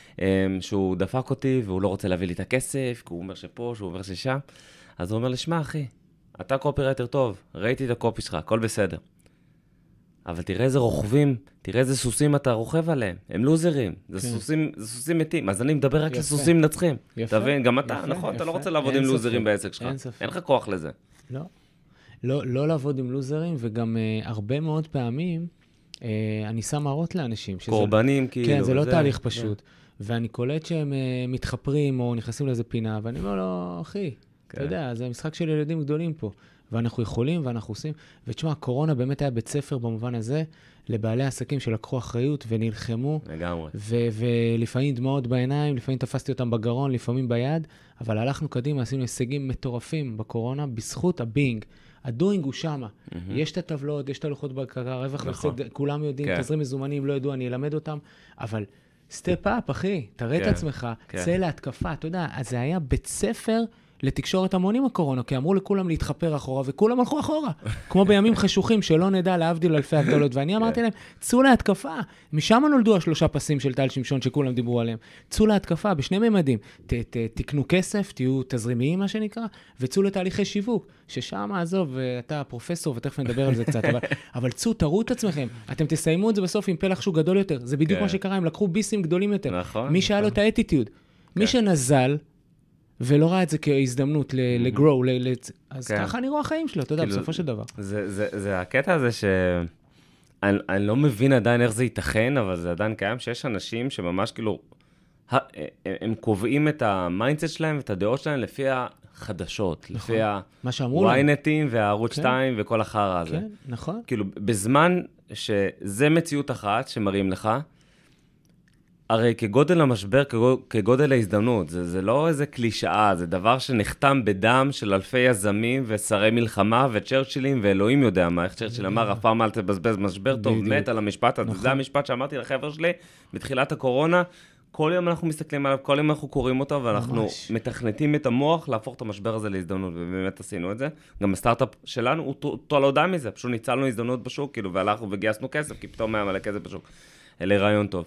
שהוא דפק אותי והוא לא רוצה להביא לי את הכסף, כי הוא אומר שפה, שהוא אומר ששם. אז הוא אומר לי, שמע אחי, אתה קופירייטר טוב, ראיתי את הקופי שלך, הכל בסדר. אבל תראה איזה רוכבים, תראה איזה סוסים אתה רוכב עליהם, הם לוזרים, זה, כן. סוסים, זה סוסים מתים, אז אני מדבר רק לסוסים נצחים. יפה. תבין, גם אתה, יפה, נכון, יפה. אתה לא רוצה לעבוד עם לוזרים בעסק שלך, אין, אין לך כוח לזה. לא, לא, לא לעבוד עם לוזרים, וגם uh, הרבה מאוד פעמים, uh, אני שם מראות לאנשים. שזה, קורבנים כאילו. כן, זה לא זה, תהליך פשוט. זה. ואני קולט שהם uh, מתחפרים או נכנסים לאיזה פינה, ואני אומר לו, אחי, כן. אתה יודע, זה משחק של ילדים גדולים פה. ואנחנו יכולים ואנחנו עושים. ותשמע, הקורונה באמת היה בית ספר במובן הזה, לבעלי עסקים שלקחו אחריות ונלחמו. לגמרי. ו- ולפעמים דמעות בעיניים, לפעמים תפסתי אותם בגרון, לפעמים ביד, אבל הלכנו קדימה, עשינו הישגים מטורפים בקורונה, בזכות הבינג. הדוינג הוא שמה. Mm-hmm. יש את הטבלות, יש את הלוחות בקרה, רווח נכון. וסד, כולם יודעים, כן. תזרים מזומנים, לא ידעו, אני אלמד אותם, אבל סטפ אפ, אחי, תראה כן. את עצמך, כן. צא להתקפה, אתה יודע, אז זה היה בית ספר לתקשורת המונים הקורונה, כי אמרו לכולם להתחפר אחורה, וכולם הלכו אחורה, כמו בימים חשוכים שלא נדע להבדיל אלפי הגדולות, ואני אמרתי להם, צאו להתקפה, משם נולדו השלושה פסים של טל שמשון שכולם דיברו עליהם, צאו להתקפה בשני ממדים, ת, ת, תקנו כסף, תהיו תזרימיים מה שנקרא, וצאו לתהליכי שיווק, ששם, עזוב, אתה פרופסור, ותכף נדבר על זה קצת, אבל, אבל צאו, תראו את עצמכם, אתם תסיימו את זה בסוף עם פלח שהוא גדול יותר, זה בדיוק מה שקרה, הם לקחו ביסים גדולים יותר, נכון, מי שהיה לו את האטיטיוד, מי שנזל, ולא ראה את זה כהזדמנות לגרו, אז ככה נראו החיים שלו, אתה יודע, בסופו של דבר. זה הקטע הזה ש... אני לא מבין עדיין איך זה ייתכן, אבל זה עדיין קיים שיש אנשים שממש כאילו, הם קובעים את המיינדסט שלהם ואת הדעות שלהם לפי החדשות, לפי הוויינטים והערוץ שתיים וכל החרא הזה. כן, נכון. כאילו, בזמן שזה מציאות אחת שמראים לך, הרי כגודל המשבר, כגודל ההזדמנות, זה, זה לא איזה קלישאה, זה דבר שנחתם בדם של אלפי יזמים ושרי מלחמה וצ'רצ'ילים ואלוהים יודע מה, איך צ'רצ'יל אמר, אף פעם אל תבזבז משבר טוב, מת על המשפט הזה, זה המשפט שאמרתי לחבר שלי בתחילת הקורונה, כל יום אנחנו מסתכלים עליו, כל יום אנחנו קוראים אותו, ואנחנו מתכנתים את המוח להפוך את המשבר הזה להזדמנות, ובאמת עשינו את זה. גם הסטארט-אפ שלנו הוא תולדה מזה, פשוט ניצלנו הזדמנות בשוק, כאילו, והלכנו וגייסנו כסף, כי פתאום היה מלא כסף בשוק. אלה רעיון טוב.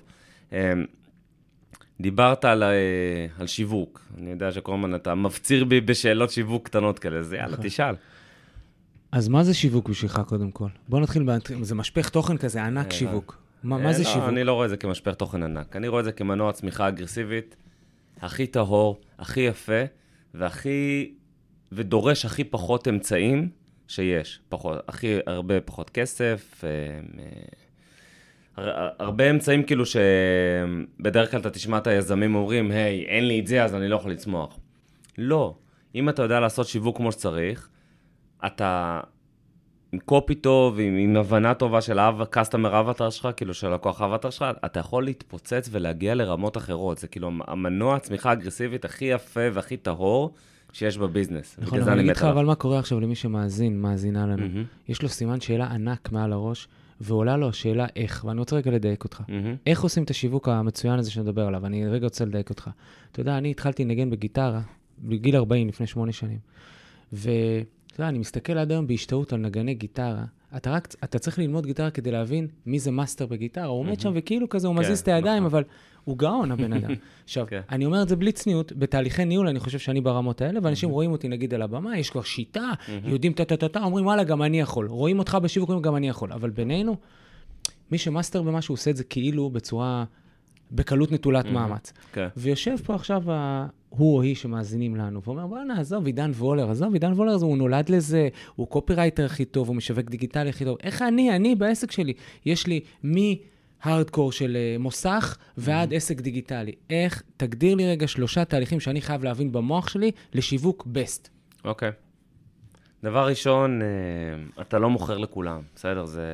דיברת על, על שיווק, אני יודע שכל הזמן אתה מפציר בי בשאלות שיווק קטנות כאלה, אז יאללה, תשאל. אז מה זה שיווק בשבילך קודם כל? בוא נתחיל, זה משפך תוכן כזה, ענק שיווק. מה, מה זה שיווק? אני לא רואה את זה כמשפך תוכן ענק, אני רואה את זה כמנוע צמיחה אגרסיבית, הכי טהור, הכי יפה, והכי, ודורש הכי פחות אמצעים שיש, פחות, הכי הרבה פחות כסף, הרבה אמצעים כאילו שבדרך כלל אתה תשמע את היזמים אומרים, היי, אין לי את זה, אז אני לא יכול לצמוח. לא. אם אתה יודע לעשות שיווק כמו שצריך, אתה עם קופי טוב, עם, עם הבנה טובה של הקסטומר אבטר שלך, כאילו של לקוח אבטר שלך, אתה יכול להתפוצץ ולהגיע לרמות אחרות. זה כאילו המנוע הצמיחה האגרסיבית הכי יפה והכי טהור שיש בביזנס. נכון, אני אגיד לך אבל מה קורה עכשיו למי שמאזין, מאזינה לנו. Mm-hmm. יש לו סימן שאלה ענק מעל הראש, ועולה לו השאלה איך, ואני רוצה רגע לדייק אותך. Mm-hmm. איך עושים את השיווק המצוין הזה שנדבר עליו? אני רגע רוצה לדייק אותך. אתה יודע, אני התחלתי לנגן בגיטרה, בגיל ארבעים, לפני שמונה שנים. ואתה יודע, אני מסתכל עד היום בהשתאות על נגני גיטרה. אתה רק, אתה צריך ללמוד גיטרה כדי להבין מי זה מאסטר בגיטרה. הוא עומד שם וכאילו כזה, הוא מזיז את הידיים, אבל הוא גאון, הבן אדם. עכשיו, אני אומר את זה בלי צניעות, בתהליכי ניהול, אני חושב שאני ברמות האלה, ואנשים רואים אותי, נגיד, על הבמה, יש כבר שיטה, יודעים טה-טה-טה, אומרים, וואלה, גם אני יכול. רואים אותך בשיווק, אומרים, גם אני יכול. אבל בינינו, מי שמאסטר במשהו, עושה את זה כאילו בצורה, בקלות נטולת מאמץ. ויושב פה עכשיו הוא או היא שמאזינים לנו, ואומר, בוא נעזוב, עידן וולר, עזוב, עידן וולר, הוא נולד לזה, הוא קופירייטר הכי טוב, הוא משווק דיגיטלי הכי טוב. איך אני, אני בעסק שלי, יש לי מי הארדקור של מוסך ועד mm-hmm. עסק דיגיטלי. איך, תגדיר לי רגע שלושה תהליכים שאני חייב להבין במוח שלי לשיווק בסט. אוקיי. Okay. דבר ראשון, אתה לא מוכר לכולם, בסדר? זה...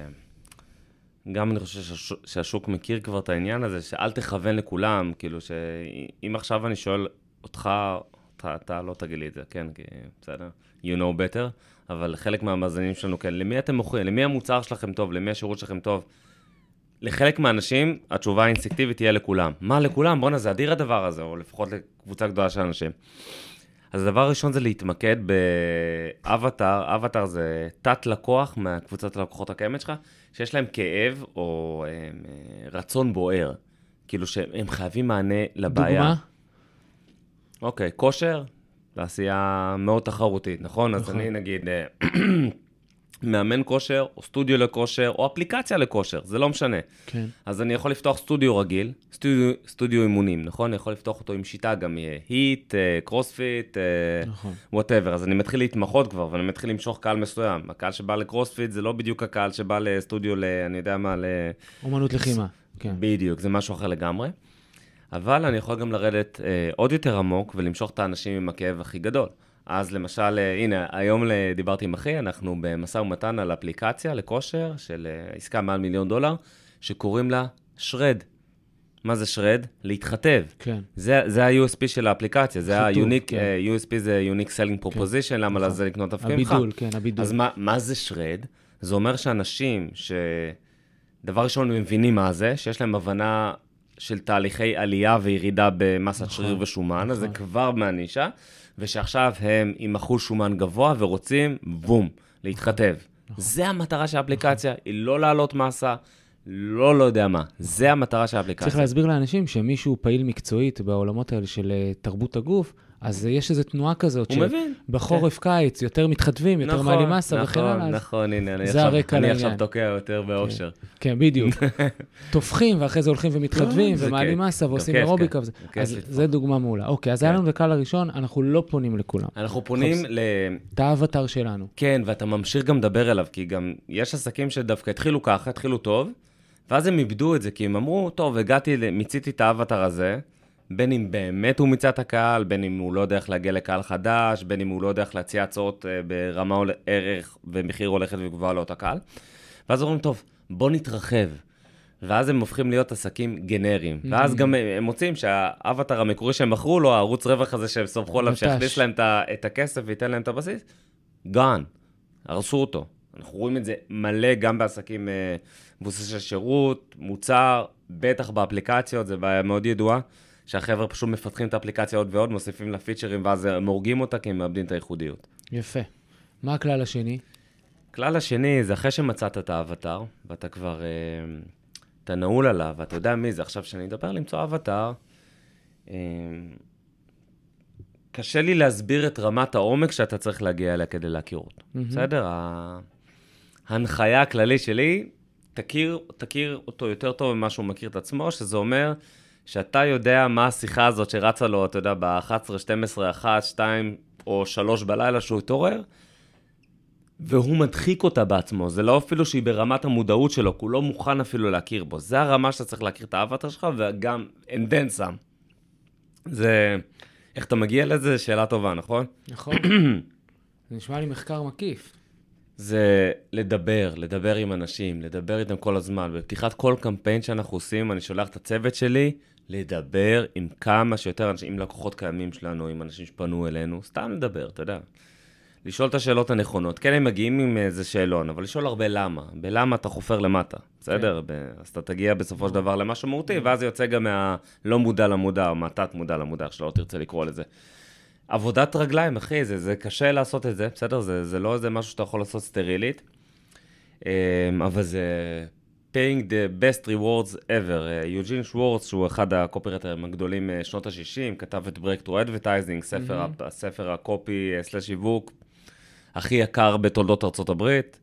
גם אני חושב שהשוק מכיר כבר את העניין הזה, שאל תכוון לכולם, כאילו שאם עכשיו אני שואל אותך, אתה, אתה לא תגיד לי את זה, כן, כי בסדר, you know better, אבל חלק מהמאזינים שלנו, כן, למי אתם מוכרים? למי המוצר שלכם טוב? למי השירות שלכם טוב? לחלק מהאנשים, התשובה האינסטינקטיבית תהיה לכולם. מה לכולם? בוא'נה, זה אדיר הדבר הזה, או לפחות לקבוצה גדולה של אנשים. אז הדבר הראשון זה להתמקד באבטר, אבטר זה תת לקוח מהקבוצת הלקוחות הקיימת שלך, שיש להם כאב או הם, רצון בוער, כאילו שהם חייבים מענה לבעיה. דוגמה? אוקיי, כושר, תעשייה מאוד תחרותית, נכון? נכון. אז אני נגיד... מאמן כושר, או סטודיו לכושר, או אפליקציה לכושר, זה לא משנה. כן. אז אני יכול לפתוח סטודיו רגיל, סטודיו, סטודיו אימונים, נכון? אני יכול לפתוח אותו עם שיטה, גם יהיה היט, קרוספיט, נכון. whatever. אז אני מתחיל להתמחות כבר, ואני מתחיל למשוך קהל מסוים. הקהל שבא לקרוספיט זה לא בדיוק הקהל שבא לסטודיו, ל, אני יודע מה, ל... אומנות לחימה. כן. בדיוק, זה משהו אחר לגמרי. אבל אני יכול גם לרדת אה, עוד יותר עמוק, ולמשוך את האנשים עם הכאב הכי גדול. אז למשל, הנה, היום דיברתי עם אחי, אנחנו במשא ומתן על אפליקציה לכושר של עסקה מעל מיליון דולר, שקוראים לה שרד. מה זה שרד? להתחתב. כן. זה, זה ה-יו אס פי של האפליקציה, זה ה-unique, כן. יו אס פי זה unique selling proposition, כן. למה לזה לקנות תפקיד ממך? הבידול, כן, הבידול. אז מה, מה זה שרד? זה אומר שאנשים ש... דבר ראשון, הם מבינים מה זה, שיש להם הבנה של תהליכי עלייה וירידה במסת נכון, שריר ושומן, נכון. אז זה כבר מהנישה. ושעכשיו הם עם אחוז שומן גבוה ורוצים, בום, להתחתב. נכון. זה המטרה של האפליקציה, נכון. היא לא לעלות מסה, לא לא יודע מה. זה המטרה של האפליקציה. צריך להסביר לאנשים שמישהו פעיל מקצועית בעולמות האלה של תרבות הגוף, אז יש איזו תנועה כזאת, שבחורף קיץ יותר מתחתבים, יותר מעלים מסה וכן הלאה. נכון, נכון, הנה, אני עכשיו תוקע יותר באושר. כן, בדיוק. תופחים, ואחרי זה הולכים ומתחתבים, ומעלים מסה, ועושים אירוביקה. אז זה דוגמה מעולה. אוקיי, אז היה לנו דקה לראשון, אנחנו לא פונים לכולם. אנחנו פונים ל... את האבטר שלנו. כן, ואתה ממשיך גם לדבר אליו, כי גם יש עסקים שדווקא התחילו ככה, התחילו טוב, ואז הם איבדו את זה, כי הם אמרו, טוב, הגעתי, מיציתי את האבטר הזה, בין אם באמת הוא מיצה את הקהל, בין אם הוא לא יודע איך להגיע לקהל חדש, בין אם הוא לא יודע איך להציע הצעות ברמה ערך ומחיר הולכת וגבוהה לאותה קהל. ואז אומרים, טוב, בוא נתרחב. ואז הם הופכים להיות עסקים גנריים. ואז גם הם מוצאים שהאבטר המקורי שהם מכרו לו, הערוץ רווח הזה שהם סובחו עליו, שיכניס להם את הכסף וייתן להם את הבסיס, גן, הרסו אותו. אנחנו רואים את זה מלא גם בעסקים מבוססי שירות, מוצר, בטח באפליקציות, זה בעיה מאוד ידועה. שהחבר'ה פשוט מפתחים את האפליקציה עוד ועוד, מוסיפים לה פיצ'רים, ואז הם הורגים אותה, כי הם מאבדים את הייחודיות. יפה. מה הכלל השני? הכלל השני זה אחרי שמצאת את האבטר, ואתה כבר, אתה נעול עליו, ואתה יודע מי זה. עכשיו שאני אדבר למצוא אבטר, קשה לי להסביר את רמת העומק שאתה צריך להגיע אליה כדי להכיר אותו. בסדר? ההנחיה הכללית שלי, תכיר, תכיר אותו יותר טוב ממה שהוא מכיר את עצמו, שזה אומר... שאתה יודע מה השיחה הזאת שרצה לו, אתה יודע, ב-אחת עשרה, שתים עשרה, אחת, שתיים או שלוש בלילה שהוא התעורר, והוא מדחיק אותה בעצמו, זה לא אפילו שהיא ברמת המודעות שלו, כי הוא לא מוכן אפילו להכיר בו, זה הרמה שאתה צריך להכיר את האבטר שלך, וגם and then some. זה, איך אתה מגיע לזה? שאלה טובה, נכון? נכון. זה נשמע לי מחקר מקיף. זה לדבר, לדבר עם אנשים, לדבר איתם כל הזמן. בפתיחת כל קמפיין שאנחנו עושים, אני שולח את הצוות שלי, לדבר עם כמה שיותר אנשים, עם לקוחות קיימים שלנו, עם אנשים שפנו אלינו, סתם לדבר, אתה יודע. לשאול את השאלות הנכונות. כן, הם מגיעים עם איזה שאלון, אבל לשאול הרבה למה. בלמה אתה חופר למטה, בסדר? כן. אז אתה תגיע בסופו של דבר למשהו מהותי, ואז זה יוצא גם מהלא מודע למודע, או מהתת מודע למודע, איך שלא תרצה לקרוא לזה. עבודת רגליים, אחי, זה, זה קשה לעשות את זה, בסדר? זה, זה לא איזה משהו שאתה יכול לעשות סטרילית, אבל זה paying the best rewards ever. יוג'ין שוורץ, שהוא אחד הקופירייטרים הגדולים שנות ה-שישים, כתב את Breakthrough Advertising, ספר, mm-hmm. ספר הקופי סלש שיווק, הכי יקר בתולדות ארצות הברית.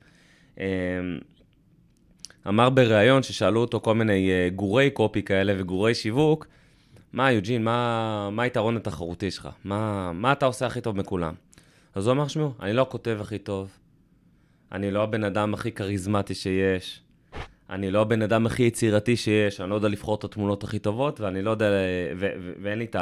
אמר בריאיון ששאלו אותו כל מיני גורי קופי כאלה וגורי שיווק, מה, יוג'ין, מה, מה היתרון התחרותי שלך? מה, מה אתה עושה הכי טוב מכולם? אז הוא אמר, שמו, אני לא הכותב הכי טוב, אני לא הבן אדם הכי קריזמטי שיש, אני לא הבן אדם הכי יצירתי שיש, אני לא יודע לבחור את התמונות הכי טובות, ואני לא יודע, ו- ו- ואין לי את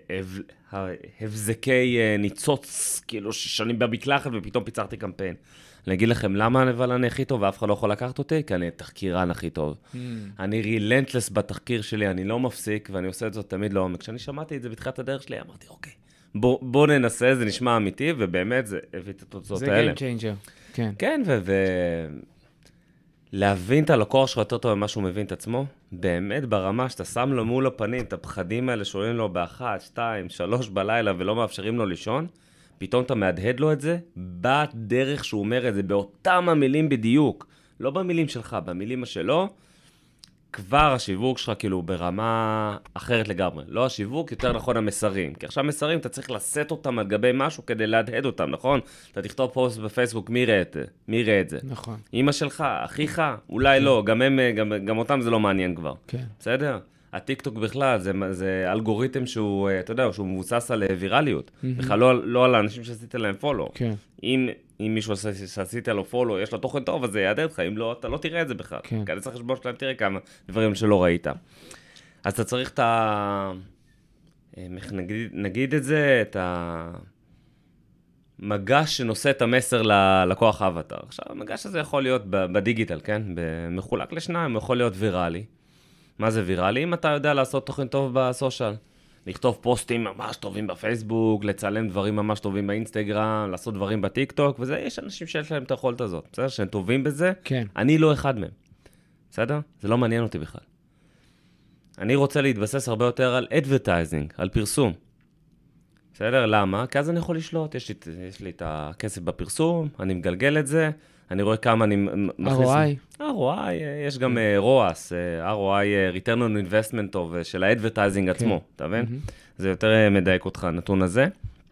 ההבזקי ניצוץ, כאילו שאני במקלחת ופתאום פיצרתי קמפיין. אני אגיד לכם, למה אבל אני הכי טוב ואף אחד לא יכול לקחת אותי? כי אני תחקירן הכי טוב. Mm. אני רילנטלס בתחקיר שלי, אני לא מפסיק, ואני עושה את זאת תמיד לעומק. כשאני שמעתי את זה בתחילת הדרך שלי, אמרתי, אוקיי, בוא, בוא ננסה, זה נשמע אמיתי, ובאמת זה הביא את התוצאות האלה. זה game changer, כן. כן, ו... ו... להבין את הלקוח שלך יותר טוב ממה שהוא מבין את עצמו, באמת ברמה שאתה שם לו מול הפנים, את הפחדים האלה שעולים לו באחת, שתיים, שלוש בלילה ולא מאפשרים לו לישון, פתאום אתה מהדהד לו את זה, בדרך שהוא אומר את זה, באותם המילים בדיוק, לא במילים שלך, במילים שלו, כבר השיווק שלך כאילו ברמה אחרת לגמרי. לא השיווק, יותר נכון המסרים. כי עכשיו מסרים, אתה צריך לשאת אותם על גבי משהו כדי להדהד אותם, נכון? אתה תכתוב פוסט בפייסבוק, מי ראה את זה? מי ראה את זה? נכון. אמא שלך, אחיך, אולי לא, גם הם, גם, גם אותם זה לא מעניין כבר. כן. בסדר? הטיקטוק בכלל, זה, זה אלגוריתם שהוא, אתה יודע, שהוא מבוסס על ויראליות. בכלל לא, לא על האנשים שעשית להם פולו. כן. אם, אם מישהו שעשית לו פולו, יש לו תוכן טוב, אז זה יעדר לך. אם לא, אתה לא תראה את זה בכלל. כן. כנס החשבון שלהם, תראה כמה דברים שלא ראית. אז אתה צריך את ה... נגיד, נגיד את זה, את המגש שנושא את המסר ללקוח אבטר. עכשיו, המגש הזה יכול להיות בדיגיטל, כן? מחולק לשניים, הוא יכול להיות ויראלי. מה זה ויראלי? אם אתה יודע לעשות תוכן טוב בסושיאל, לכתוב פוסטים ממש טובים בפייסבוק, לצלם דברים ממש טובים באינסטגרם, לעשות דברים בטיקטוק, וזה, יש אנשים שיש להם את היכולת הזאת, בסדר? שהם טובים בזה, כן. אני לא אחד מהם, בסדר? זה לא מעניין אותי בכלל. אני רוצה להתבסס הרבה יותר על advertising, על פרסום. בסדר? למה? כי אז אני יכול לשלוט, יש לי, יש לי את הכסף בפרסום, אני מגלגל את זה, אני רואה כמה אני מכניס... אר או איי. אר או איי, יש גם רואס, אר או איי, Return on Investment טוב, של האדברטייזינג עצמו, אתה מבין? זה יותר מדייק אותך, הנתון הזה.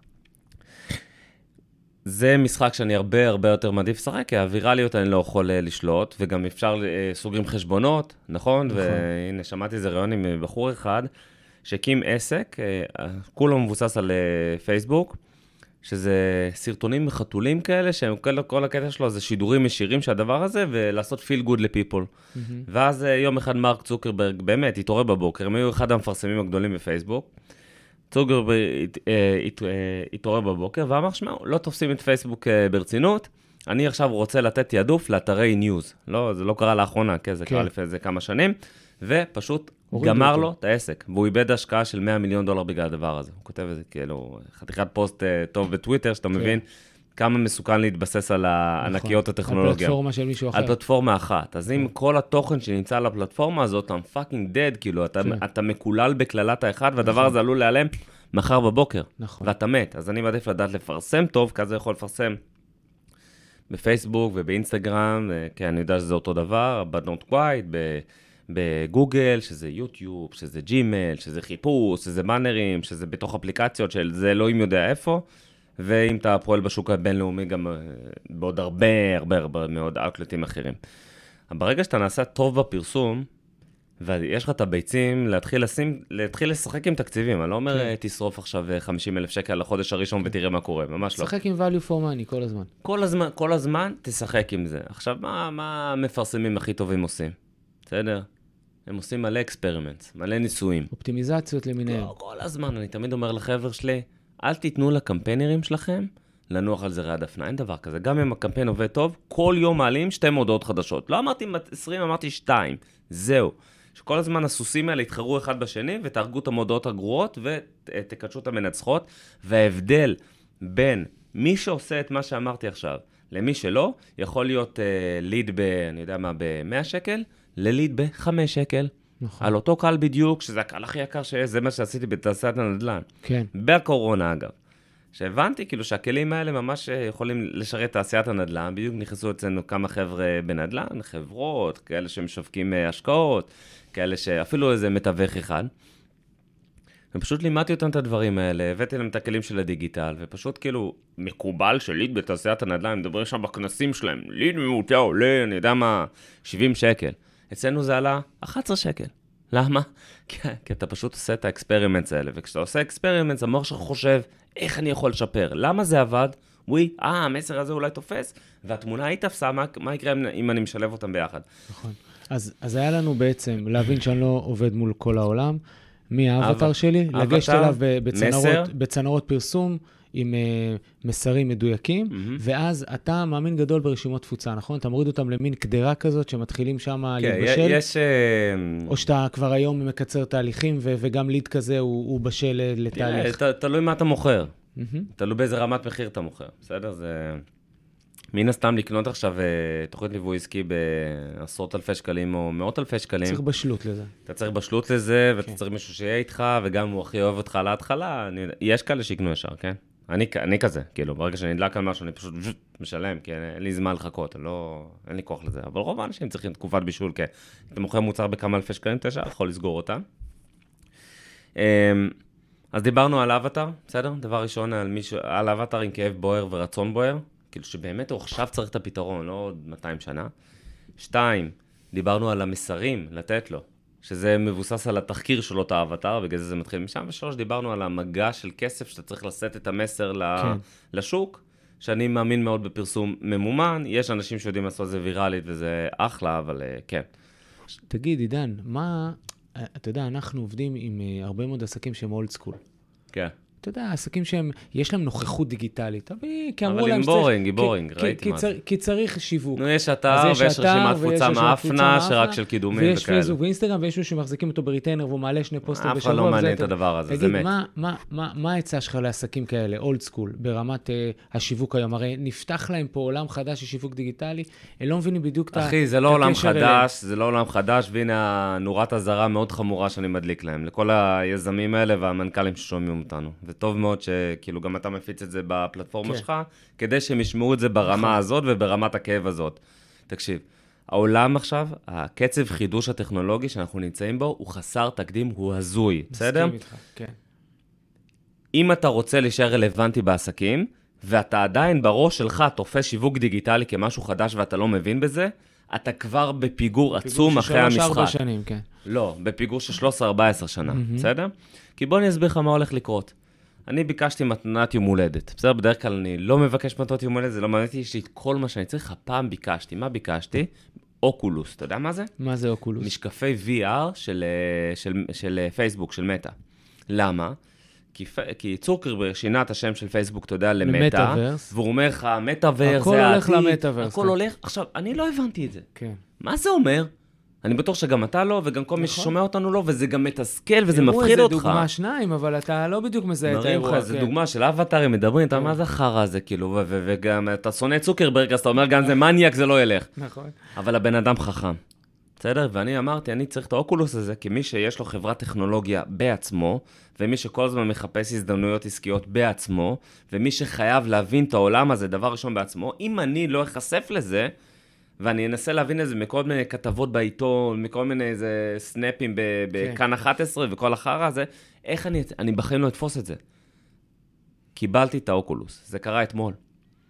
זה משחק שאני הרבה הרבה יותר מעדיף לשחק, כי הווירליות אני לא יכול לשלוט, וגם אפשר סוגרים חשבונות, נכון? והנה, שמעתי איזה רעיון עם בחור אחד, שהקים עסק, כולו מבוסס על פייסבוק, שזה סרטונים חתולים כאלה, שהם כל הקטע שלו זה שידורים ישירים שהדבר הזה, ולעשות feel good ל-people. Mm-hmm. ואז יום אחד מרק צוקרברג באמת התעורר בבוקר, הם היו אחד המפרסמים הגדולים בפייסבוק, צוקרברג התעורר בבוקר, ואמר, שמעו, לא תופסים את פייסבוק ברצינות, אני עכשיו רוצה לתת תיעדוף לאתרי ניוז. לא, זה לא קרה לאחרונה, כי זה כן. קרה לפי איזה כמה שנים, ופשוט גמר אותו. לו את העסק, והוא איבד השקעה של מאה מיליון דולר בגלל הדבר הזה. הוא כותב איזה כאילו, חתיכת פוסט טוב בטוויטר, שאתה כן. מבין כמה מסוכן להתבסס על הענקיות נכון. הטכנולוגיה. על פלטפורמה של מישהו אחר. על פלטפורמה אחת. אז אם כל התוכן שנמצא על הפלטפורמה הזאת, אתה fucking dead, כאילו, אתה, כן. אתה מקולל בכללת האחד, והדבר נכון. הזה עלול להיעלם מחר בבוקר. נכון. ואתה מת. אז אני מעדיף לדעת לפרסם טוב, כי זה יכול לפרסם בפייסבוק ובאינסטגרם, כי אני יודע שזה אותו דבר, but not quite, בגוגל, שזה יוטיוב, שזה ג'ימייל, שזה חיפוש, שזה באנרים, שזה בתוך אפליקציות של זה אלוהים יודע איפה, ואם אתה פועל בשוק הבינלאומי גם בעוד הרבה, הרבה, הרבה מאוד אאוטלטים אחרים. ברגע שאתה נעשה טוב בפרסום, ויש לך את הביצים להתחיל לשים, להתחיל לשחק עם תקציבים. אני לא אומר, תשרוף עכשיו חמישים אלף שקל לחודש הראשון ותראה מה קורה, ממש לא. תשחק עם value for money כל הזמן. כל הזמן, כל הזמן תשחק עם זה. עכשיו, מה, מה המפרסמים הכי טובים עושים? בסדר? הם עושים מלא אקספרימנט, מלא ניסויים. אופטימיזציות למיניהם. כל, כל הזמן, אני תמיד אומר לחבר שלי, אל תיתנו לקמפיינרים שלכם לנוח על זרי הדפנה, אין דבר כזה. גם אם הקמפיין עובד טוב, כל יום מעלים שתי מודעות חדשות. לא אמרתי עשרים, אמרתי שתיים. זהו. שכל הזמן הסוסים האלה יתחרו אחד בשני, ותהרגו את המודעות הגרועות, ותקדשו את המנצחות. וההבדל בין מי שעושה את מה שאמרתי עכשיו, למי שלא, יכול להיות uh, ליד ב, אני יודע מה, ב-מאה שקל, לליד ב-חמש שקל. נכון. על אותו קהל בדיוק, שזה הקהל הכי יקר שיש, זה מה שעשיתי בתעשיית הנדל"ן. כן. בקורונה אגב. שהבנתי כאילו שהכלים האלה ממש יכולים לשרת תעשיית הנדל"ן, בדיוק נכנסו אצלנו כמה חבר'ה בנדל"ן, חברות, כאלה שמשווקים השקעות, כאלה שאפילו איזה מתווך אחד. ופשוט לימדתי אותם את הדברים האלה, הבאתי להם את הכלים של הדיגיטל, ופשוט כאילו מקובל של ליד בתעשיית הנדל"ן, הם מדברים שם בכנסים שלהם, ליד ממוצע עולה, אני יודע מה, שבעים שקל. אצלנו זה עלה אחד עשר שקל. למה? כי, כי אתה פשוט עושה את האקספרימנטס האלה, וכשאתה עושה אקספרימנטס, המוח שלך חושב, איך אני יכול לשפר? למה זה עבד? וואי, אה, המסר הזה אולי תופס, והתמונה היא תפסה, מה, מה יקרה אם אני משלב אותם ביחד? נכון. אז, אז היה לנו בעצם להבין שאני לא עובד מול כל העולם, מי האבטר שלי, לגשת אליו בצנרות, בצנרות פרסום, עם uh, מסרים מדויקים, mm-hmm. ואז אתה מאמין גדול ברשימות תפוצה, נכון? אתה מוריד אותם למין קדרה כזאת, שמתחילים שם okay, להתבשל, יש, uh... או שאתה כבר היום מקצר תהליכים, ו- וגם ליד כזה הוא, הוא בשל לתהליך. Yeah, ת, תלוי מה אתה מוכר. Mm-hmm. תלוי באיזה רמת מחיר אתה מוכר. בסדר? זה... מן הסתם לקנות עכשיו תוכנית ליווי עסקי בעשרות אלפי שקלים או מאות אלפי שקלים. צריך בשלות לזה. אתה צריך בשלות לזה, ואתה צריך מישהו שיהיה איתך, וגם הוא הכי אוהב אותך להתחלה. אני, יש כאלה שיקנו ישר, כן? אני, אני כזה, כאילו, ברגע שאני נדלק על משהו, אני פשוט משלם, כי אין לי זמן לחכות, לא, אין לי כוח לזה. אבל רוב האנשים צריכים תקופת בישול, כי אתה מוכר מוצר בכמה אלפי שקלים, אתה ישר יכול לסגור אותה. אז דיברנו על אבטר, בסדר? דבר ראשון, על, מישהו, על אבטר עם כאב בוער ורצון בוער. כאילו שבאמת הוא עכשיו צריך את הפתרון, לא עוד מאתיים שנה. שתיים, דיברנו על המסרים לתת לו, שזה מבוסס על התחקיר של אותה אבטר, בגלל זה זה מתחיל משם. ושלוש, דיברנו על המגע של כסף, שאתה צריך לשאת את המסר כן. לשוק, שאני מאמין מאוד בפרסום ממומן. יש אנשים שיודעים לעשות זה ויראלית, וזה אחלה, אבל כן. תגיד, עידן, מה, אתה יודע, אנחנו עובדים עם הרבה מאוד עסקים שהם אולד סקול. כן. אתה יודע, עסקים שהם, יש להם נוכחות דיגיטלית, אבל עם בורינג, עם בורינג, ראיתי מה זה. כי צריך שיווק. נו, יש אתר ויש רשימת תפוצה מאפנה, שרק של קידומים וכאלה. ויש פייסבוק ואינסטגרם, ויש מישהו שמחזיקים אותו בריטיינר, והוא מעלה שני פוסטים בשבוע. אף אחד לא מעניין את הדבר הזה, זה מת. תגיד, מה העצה שלך לעסקים כאלה, אולד סקול, ברמת השיווק היום? הרי נפתח להם פה עולם חדש של שיווק דיגיטלי, הם לא מבינים בדיוק את הקשר אליהם. אחי, זה לא עולם חדש, זה לא עולם חדש, והנה נורת הזרה מאוד חמורה שאני מדליק להם, לכל היזמים האלה והמנכ"לים ששומעים אותנו. וטוב מאוד שכאילו גם אתה מפיץ את זה בפלטפורמה שלך, כדי שהם ישמעו את זה ברמה הזאת וברמת הכאב הזאת. תקשיב, העולם עכשיו, הקצב חידוש הטכנולוגי שאנחנו נמצאים בו, הוא חסר תקדים, הוא הזוי, בסדר? מסכים איתך, כן. אם אתה רוצה להישאר רלוונטי בעסקים, ואתה עדיין בראש שלך תופס שיווק דיגיטלי כמשהו חדש ואתה לא מבין בזה, אתה כבר בפיגור עצום אחרי המשחק. פיגור של שלוש ארבע שנים, כן. לא, בפיגור של שלוש עשרה ארבע עשרה שנה, בסדר? כי בוא אני אסביר לך מה הולך לקרות. אני ביקשתי מתנת יום הולדת. בסדר, בדרך כלל אני לא מבקש מתנת יום הולדת, זה לא מעניין אותי, יש לי את כל מה שאני צריך. הפעם ביקשתי. מה ביקשתי? אוקולוס. אתה יודע מה זה? מה זה אוקולוס? משקפי וי אר של, של, של פייסבוק, של מטה. למה? כי, כי צוקרברג שינה את השם של פייסבוק, אתה יודע, למטה. והוא אומר לך, מטאברס זה העתיד. הכל הולך למטאברס. הכל הולך. עכשיו, אני לא הבנתי את זה. כן. מה זה אומר? אני בטוח שגם אתה לא, וגם כל מי ששומע אותנו לא, וזה גם מתסכל, וזה מפחיד אותך. זה דוגמה שניים, אבל אתה לא בדיוק מזהה את האירוע. זה דוגמה של אבטרים מדברים, אתה אומר, מה זה חרא הזה, כאילו, וגם אתה שונא צוקרברג, אז אתה אומר, גם זה מניאק, זה לא ילך. נכון. אבל הבן אדם חכם. בסדר? ואני אמרתי, אני צריך את האוקולוס הזה, כי מי שיש לו חברת טכנולוגיה בעצמו, ומי שכל הזמן מחפש הזדמנויות עסקיות בעצמו, ומי שחייב להבין את העולם הזה, דבר ראשון בעצמו, אם אני לא אחשף לזה, ואני אנסה להבין את זה מכל מיני כתבות בעיתון, מכל מיני איזה סנאפים בכאן אחת עשרה וכל החרא הזה, איך אני, אני בחיים לא אתפוס את זה. קיבלתי את האוקולוס, זה קרה אתמול.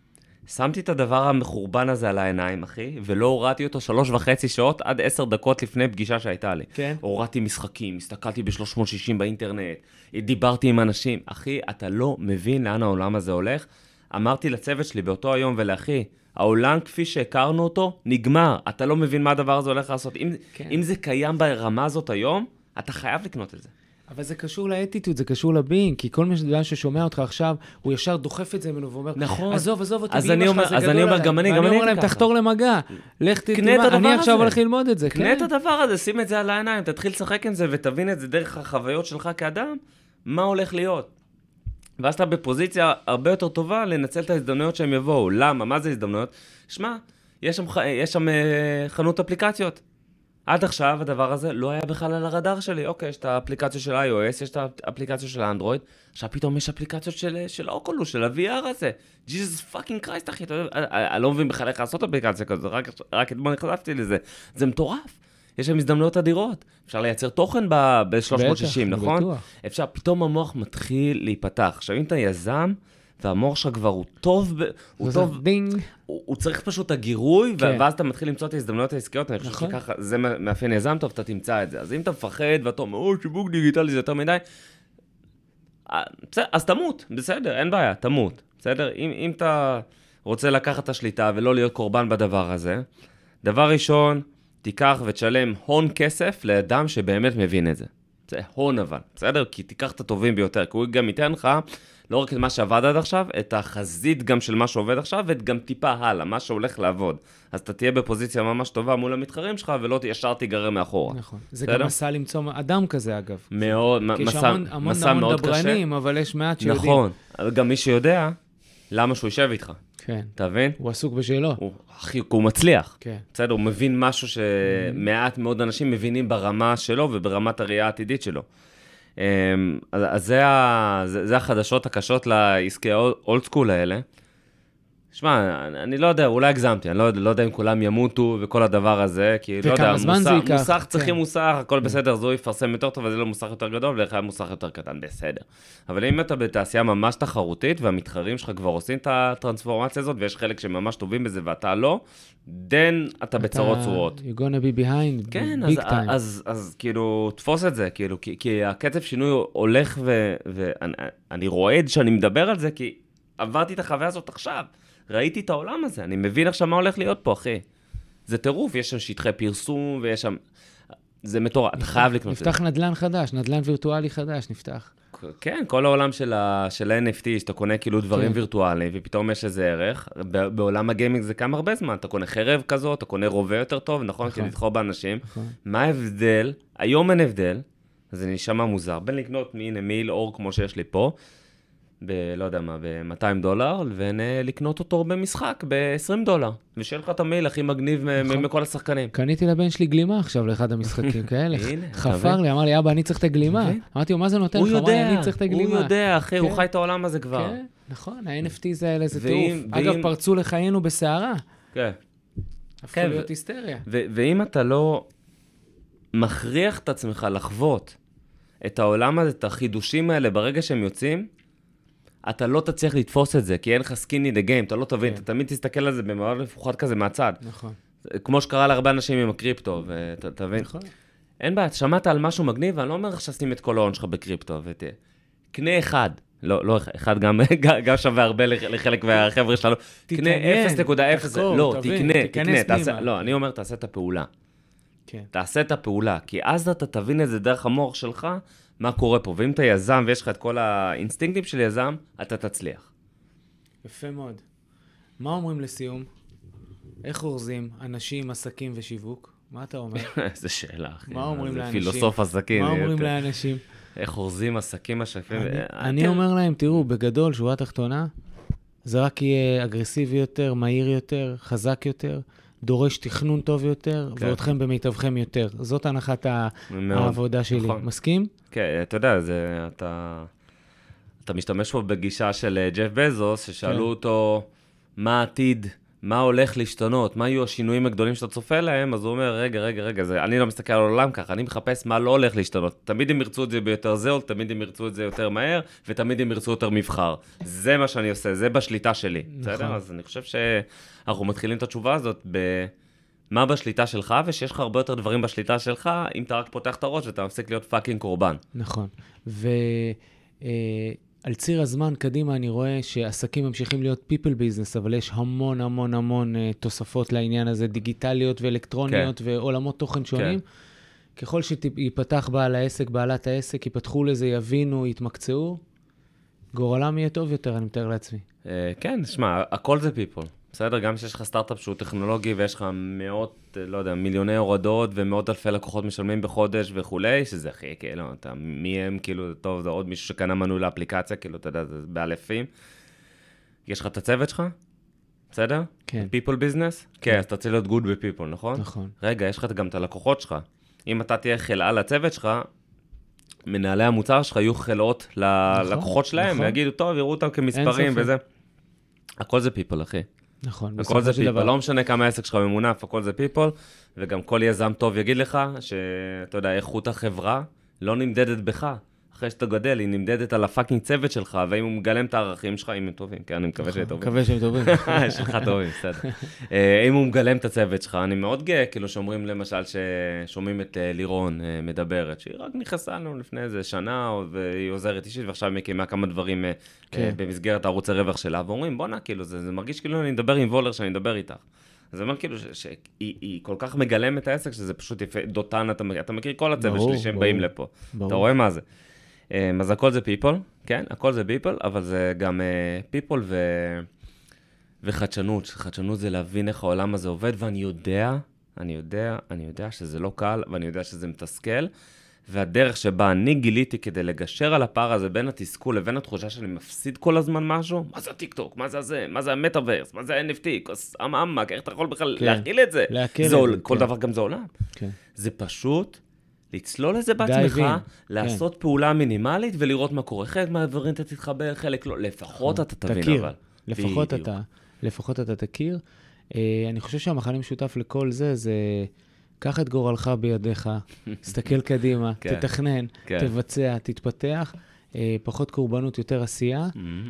שמתי את הדבר המחורבן הזה על העיניים, אחי, ולא הורדתי אותו שלוש וחצי שעות עד עשר דקות לפני פגישה שהייתה לי. כן. הורדתי משחקים, הסתכלתי ב-שלוש מאות ושישים באינטרנט, דיברתי עם אנשים. אחי, אתה לא מבין לאן העולם הזה הולך. אמרתי לצוות שלי באותו היום ולאחי, העולם כפי שהכרנו אותו נגמר. אתה לא מבין מה הדבר הזה הולך לעשות. אם, כן. אם זה קיים ברמה הזאת היום, אתה חייב לקנות את זה. אבל זה קשור לאטיטוד, זה קשור לבינג, כי כל מי ששומע אותך עכשיו, הוא ישר דוחף את זה ממנו ואומר, נכון. עזוב, עזוב אותי, אז אני אומר, אז אני אומר, גם אני, גם אני ואני אומר להם, תחתור למגע, לך תתאמה, אני עכשיו הולך ללמוד את זה. קנה את הדבר הזה, שים את זה על העיניים, תתחיל לשחק עם זה ותבין את זה דרך החוויות שלך כאדם, מה הולך להיות. ואז אתה בפוזיציה הרבה יותר טובה לנצל את ההזדמנויות שהם יבואו. למה? מה זה הזדמנויות? שמע, יש שם, יש שם חנות אפליקציות. עד עכשיו הדבר הזה לא היה בכלל על הרדאר שלי. אוקיי, יש את האפליקציה של iOS, יש את האפליקציה של האנדרואיד, עכשיו פתאום יש אפליקציות של, של אוקולוס, של ה-וי אר הזה. Jesus fucking Christ, אחי, אתה יודע, אני לא מבין בכלל איך לעשות אפליקציה כזאת, רק, רק אתמול נחשפתי לזה. זה מטורף. יש שם הזדמנויות אדירות. אפשר לייצר תוכן ב-שלוש מאות ושישים, נכון? בטוח. אפשר, פתאום המוח מתחיל להיפתח. עכשיו, אם אתה יזם, והמוח שלך כבר הוא טוב, הוא טוב, הוא, הוא צריך פשוט הגירוי, כן. ואז אתה מתחיל למצוא את ההזדמנויות העסקיות, אני חושב נכון. שככה, זה מאפיין יזם טוב, אתה תמצא את זה. אז אם אתה מפחד, ואתה אומר, או, שיווק דיגיטלי זה יותר מדי, אז תמות, בסדר, אין בעיה, תמות, בסדר? אם, אם אתה רוצה לקחת את השליטה ולא להיות קורבן בדבר הזה, דבר ראשון, תיקח ותשלם הון כסף לאדם שבאמת מבין את זה. זה הון אבל, בסדר? כי תיקח את הטובים ביותר, כי הוא גם ייתן לך לא רק את מה שעבד עד עכשיו, את החזית גם של מה שעובד עכשיו, וגם טיפה הלאה, מה שהולך לעבוד. אז אתה תהיה בפוזיציה ממש טובה מול המתחרים שלך, ולא ישר תיגרר מאחורה. נכון. זה גם מסע למצוא אדם כזה, אגב. מאוד, מסע מאוד קשה. דברנים, אבל יש מעט שיודעים. נכון. גם מי שיודע, למה שהוא יישב איתך. כן. אתה מבין? הוא עסוק בשאלות. אחי, הוא מצליח. כן. בסדר, הוא מבין משהו שמעט מאוד אנשים מבינים ברמה שלו, וברמת הראייה העתידית שלו. אז זה, זה, זה החדשות הקשות לעסקי אולד סקול האלה. שמע, אני לא יודע, אולי הגזמתי, אני לא, לא יודע אם כולם ימותו וכל הדבר הזה, כי לא יודע, מוסך, מוסך צריכים כן. מוסך, הכל כן. בסדר, זו יפרסם יותר טוב, וזה לא מוסך יותר גדול, ולך היה מוסך יותר קטן, בסדר. אבל אם אתה בתעשייה ממש תחרותית, והמתחרים שלך כבר עושים את הטרנספורמציה הזאת, ויש חלק שממש טובים בזה ואתה לא, then אתה בצרות צורות. You're gonna be behind, כן, big אז, time. אז, אז, אז כאילו, תפוס את זה, כאילו, כי, כי הקצב שינוי הולך, ואני אני רואה שאני מדבר על זה, כי עברתי את החוויה הזאת עכשיו. ראיתי את העולם הזה, אני מבין עכשיו מה הולך להיות פה, אחי. זה טירוף, יש שם שטחי פרסום, ויש שם... זה מטורף, אתה חייב לקנות את זה. נפתח נדל"ן חדש, נדל"ן וירטואלי חדש, נפתח. כן, כל העולם של ה-אן אף טי, שאתה קונה כאילו דברים וירטואליים, ופתאום יש איזה ערך. בעולם הגיימינג זה קם הרבה זמן, אתה קונה חרב כזאת, אתה קונה רובה יותר טוב, נכון? כי לתחור באנשים. מה ההבדל? היום אין הבדל, אז זה נשמע מוזר, בין לקנות הנה מיל אור כמו שיש לי פה, ב, לא יודע מה, ב-מאתיים דולר, ולקנות אותו במשחק ב-עשרים דולר. ושיהיה לך את המייל הכי מגניב מכל השחקנים. קניתי לבן שלי גלימה עכשיו לאחד המשחקים כאלה. חפר לי, אמר לי, אבא, אני צריך את הגלימה. אמרתי לו, מה זה נותן לך? אמר לי, אני צריך את הגלימה. הוא יודע, אחי, הוא חי את העולם הזה כבר. כן, נכון, ה-אן אף טי זה האלה, זה טירוף. אגב, פרצו לחיינו בסערה. כן. הפכו להיות היסטריה. ואם אתה לא מכריח את עצמך לחוות את העולם הזה, את החידושים האלה ברגע שהם יוצאים, אתה לא תצליח לתפוס את זה, כי אין לך סקין אין דה גיים, אתה לא תבין, אתה תמיד תסתכל על זה במעבר לפוחד כזה מהצד. נכון. כמו שקרה להרבה אנשים עם הקריפטו, ואתה תבין. נכון. אין בעיה, שמעת על משהו מגניב, ואני לא אומר לך ששים את כל ההון שלך בקריפטו, ותהיה. קנה אחד, לא, לא אחד, גם, גם שווה הרבה לחלק מהחבר'ה שלנו. קנה אפס נקודה אפס, לא, תקנה, תקנה, תעשה, לא, אני אומר, תעשה את הפעולה. כן. תעשה את הפעולה, כי אז אתה תבין את זה דרך המוח שלך, מה קורה פה, ואם אתה יזם ויש לך את כל האינסטינקטים של יזם, אתה תצליח. יפה מאוד. מה אומרים לסיום? איך אורזים אנשים, עסקים ושיווק? מה אתה אומר? איזה שאלה, אחי. מה אומרים לאנשים? זה פילוסוף עסקים. מה אומרים לאנשים? איך אורזים עסקים, השפים? אני אומר להם, תראו, בגדול, שורה תחתונה, זה רק יהיה אגרסיבי יותר, מהיר יותר, חזק יותר, דורש תכנון טוב יותר, ואותכם במיטבכם יותר. זאת הנחת העבודה שלי. מסכים? כן, אתה יודע, זה, אתה, אתה משתמש פה בגישה של ג'ף בזוס, ששאלו אותו מה העתיד מה הולך להשתנות, מה יהיו השינויים הגדולים שאתה צופה להם, אז הוא אומר, רגע, רגע, רגע, זה, אני לא מסתכל על העולם ככה, אני מחפש מה לא הולך להשתנות. תמיד הם ירצו את זה ביותר זול, תמיד הם ירצו את זה יותר מהר, ותמיד הם ירצו יותר מבחר. זה מה שאני עושה, זה בשליטה שלי. נכון. בסדר? אז אני חושב שאנחנו מתחילים את התשובה הזאת ב... מה בשליטה שלך, ושיש לך הרבה יותר דברים בשליטה שלך, אם אתה רק פותח את הראש ואתה מפסיק להיות פאקינג קורבן. נכון. ועל ציר הזמן קדימה אני רואה שעסקים ממשיכים להיות people business, אבל יש המון המון המון תוספות לעניין הזה, דיגיטליות ואלקטרוניות כן. ועולמות תוכן שונים. כן. ככל שיפתח בעל העסק, בעלת העסק, יפתחו לזה, יבינו, יתמקצעו, גורלם יהיה טוב יותר, אני מתאר לעצמי. כן, תשמע, הכל זה people. בסדר, גם שיש לך סטארט-אפ שהוא טכנולוגי ויש לך מאות, לא יודע, מיליוני הורדות ומאות אלפי לקוחות משלמים בחודש וכולי, שזה הכי, כאילו, אתה, מי הם, כאילו, טוב, זה עוד מישהו שקנה מנוי לאפליקציה, כאילו, אתה יודע, זה באלפים. יש לך את הצוות שלך? בסדר? כן. people business? כן, אז אתה צריך להיות good ב-people, נכון? נכון. רגע, יש לך גם את הלקוחות שלך. אם אתה תהיה חלאה לצוות שלך, מנהלי המוצר שלך יהיו חלאות ללקוחות שלהם, ויגידו, טוב, יראו אותם כמספרים וזה. הכל זה people, אחי. נכון. הכל זה פיפול, לא משנה כמה העסק שלך ממונף, הכל זה פיפול, וגם כל יזם טוב יגיד לך, שאתה יודע, איכות החברה לא נמדדת בך, אחרי שאתה גדל, היא נמדדת על הפאקינג צוות שלך, ואם הוא מגלם את הערכים שלך, אם הם טובים, כן, אני מקווה שהם טובים. מקווה שהם טובים. יש לך טובים, בסדר. אם הוא מגלם את הצוות שלך, אני מאוד גאה, כאילו שאומרים למשל ששומעים את לירון מדברת, שהיא רק נכנסה לנו לפני איזה שנה, והיא עוזרת אישית, ועכשיו היא מקימה כמה דברים במסגרת הערוץ הרווח שלה, ואומרים, בוא נע, כאילו, זה מרגיש כאילו אני מדבר עם וולר שאני מדבר איתך. אז זה אומר כאילו שהיא כל כך מגלם את העסק, שזה פשוט יפה, דותן, אתה מכיר כל הצוות שלי שהם באים לפה. אתה רואה מה זה? אז הכל זה people, כן? הכל זה people, אבל זה גם people ו... וחדשנות. חדשנות זה להבין איך העולם הזה עובד, ואני יודע, אני יודע, אני יודע שזה לא קל, ואני יודע שזה מתסכל, והדרך שבה אני גיליתי כדי לגשר על הפער הזה בין התסכול לבין התחושה שאני מפסיד כל הזמן משהו, מה זה הטיק-טוק? מה זה זה? מה זה המטאברס? מה זה ה-אן אף טי? כוס אמאמק, איך אתה יכול בכלל כן. להכיל את זה? להכיל זה את עול, זה, כל כן. דבר גם זה עולם. כן. זה פשוט לצלול לזה בעצמך, לעשות פעולה מינימלית ולראות מה קורה. חלק מהדברים אתה תתחבר, חלק לא. לפחות אתה תבין, תכיר. אבל. לפחות אתה, לפחות אתה תכיר. אני חושב שהמחנה משותף לכל זה, זה קח את גורלך בידיך, תסתכל קדימה, תתכנן, תבצע, תתפתח, פחות קורבנות, יותר עשייה.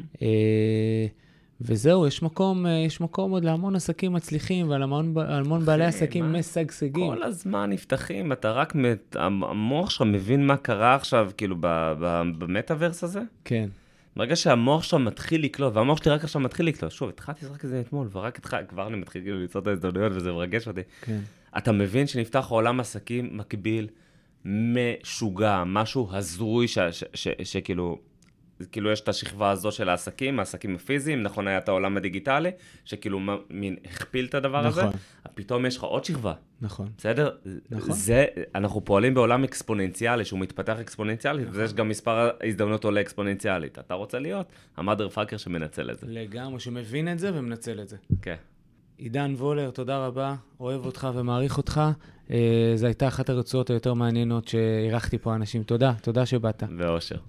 וזהו, יש מקום, יש מקום עוד להמון עסקים מצליחים, ועל המון, המון בעלי עסקים משגשגים. כל הזמן נפתחים, אתה רק, המוח שלך מבין מה קרה עכשיו, כאילו, במטאברס הזה? כן. ברגע שהמוח שלך מתחיל לקלוט, והמוח שלי רק עכשיו מתחיל לקלוט, שוב, התחלתי רק את זה אתמול, ורק התחל, כבר אני מתחיל כאילו ליצור את ההזדמנויות, וזה מרגש אותי. כן. אתה מבין שנפתח עולם עסקים מקביל, משוגע, משהו הזרוי, שכאילו, כאילו יש את השכבה הזו של העסקים, העסקים הפיזיים, נכון היה את העולם הדיגיטלי, שכאילו מין הכפיל את הדבר הזה, פתאום יש לך עוד שכבה. נכון. בסדר? זה, אנחנו פועלים בעולם אקספוננציאלי, שהוא מתפתח אקספוננציאלית, ויש גם מספר ההזדמנות עולה אקספוננציאלית. אתה רוצה להיות המאדר פאקר שמנצל את זה. לגמרי, שמבין את זה ומנצל את זה. כן. עידן וולר, תודה רבה, אוהב אותך ומעריך אותך. זו הייתה אחת הרצועות היותר מעניינות שאירחתי פה אנשים. תודה, תודה שבאת. ואושר.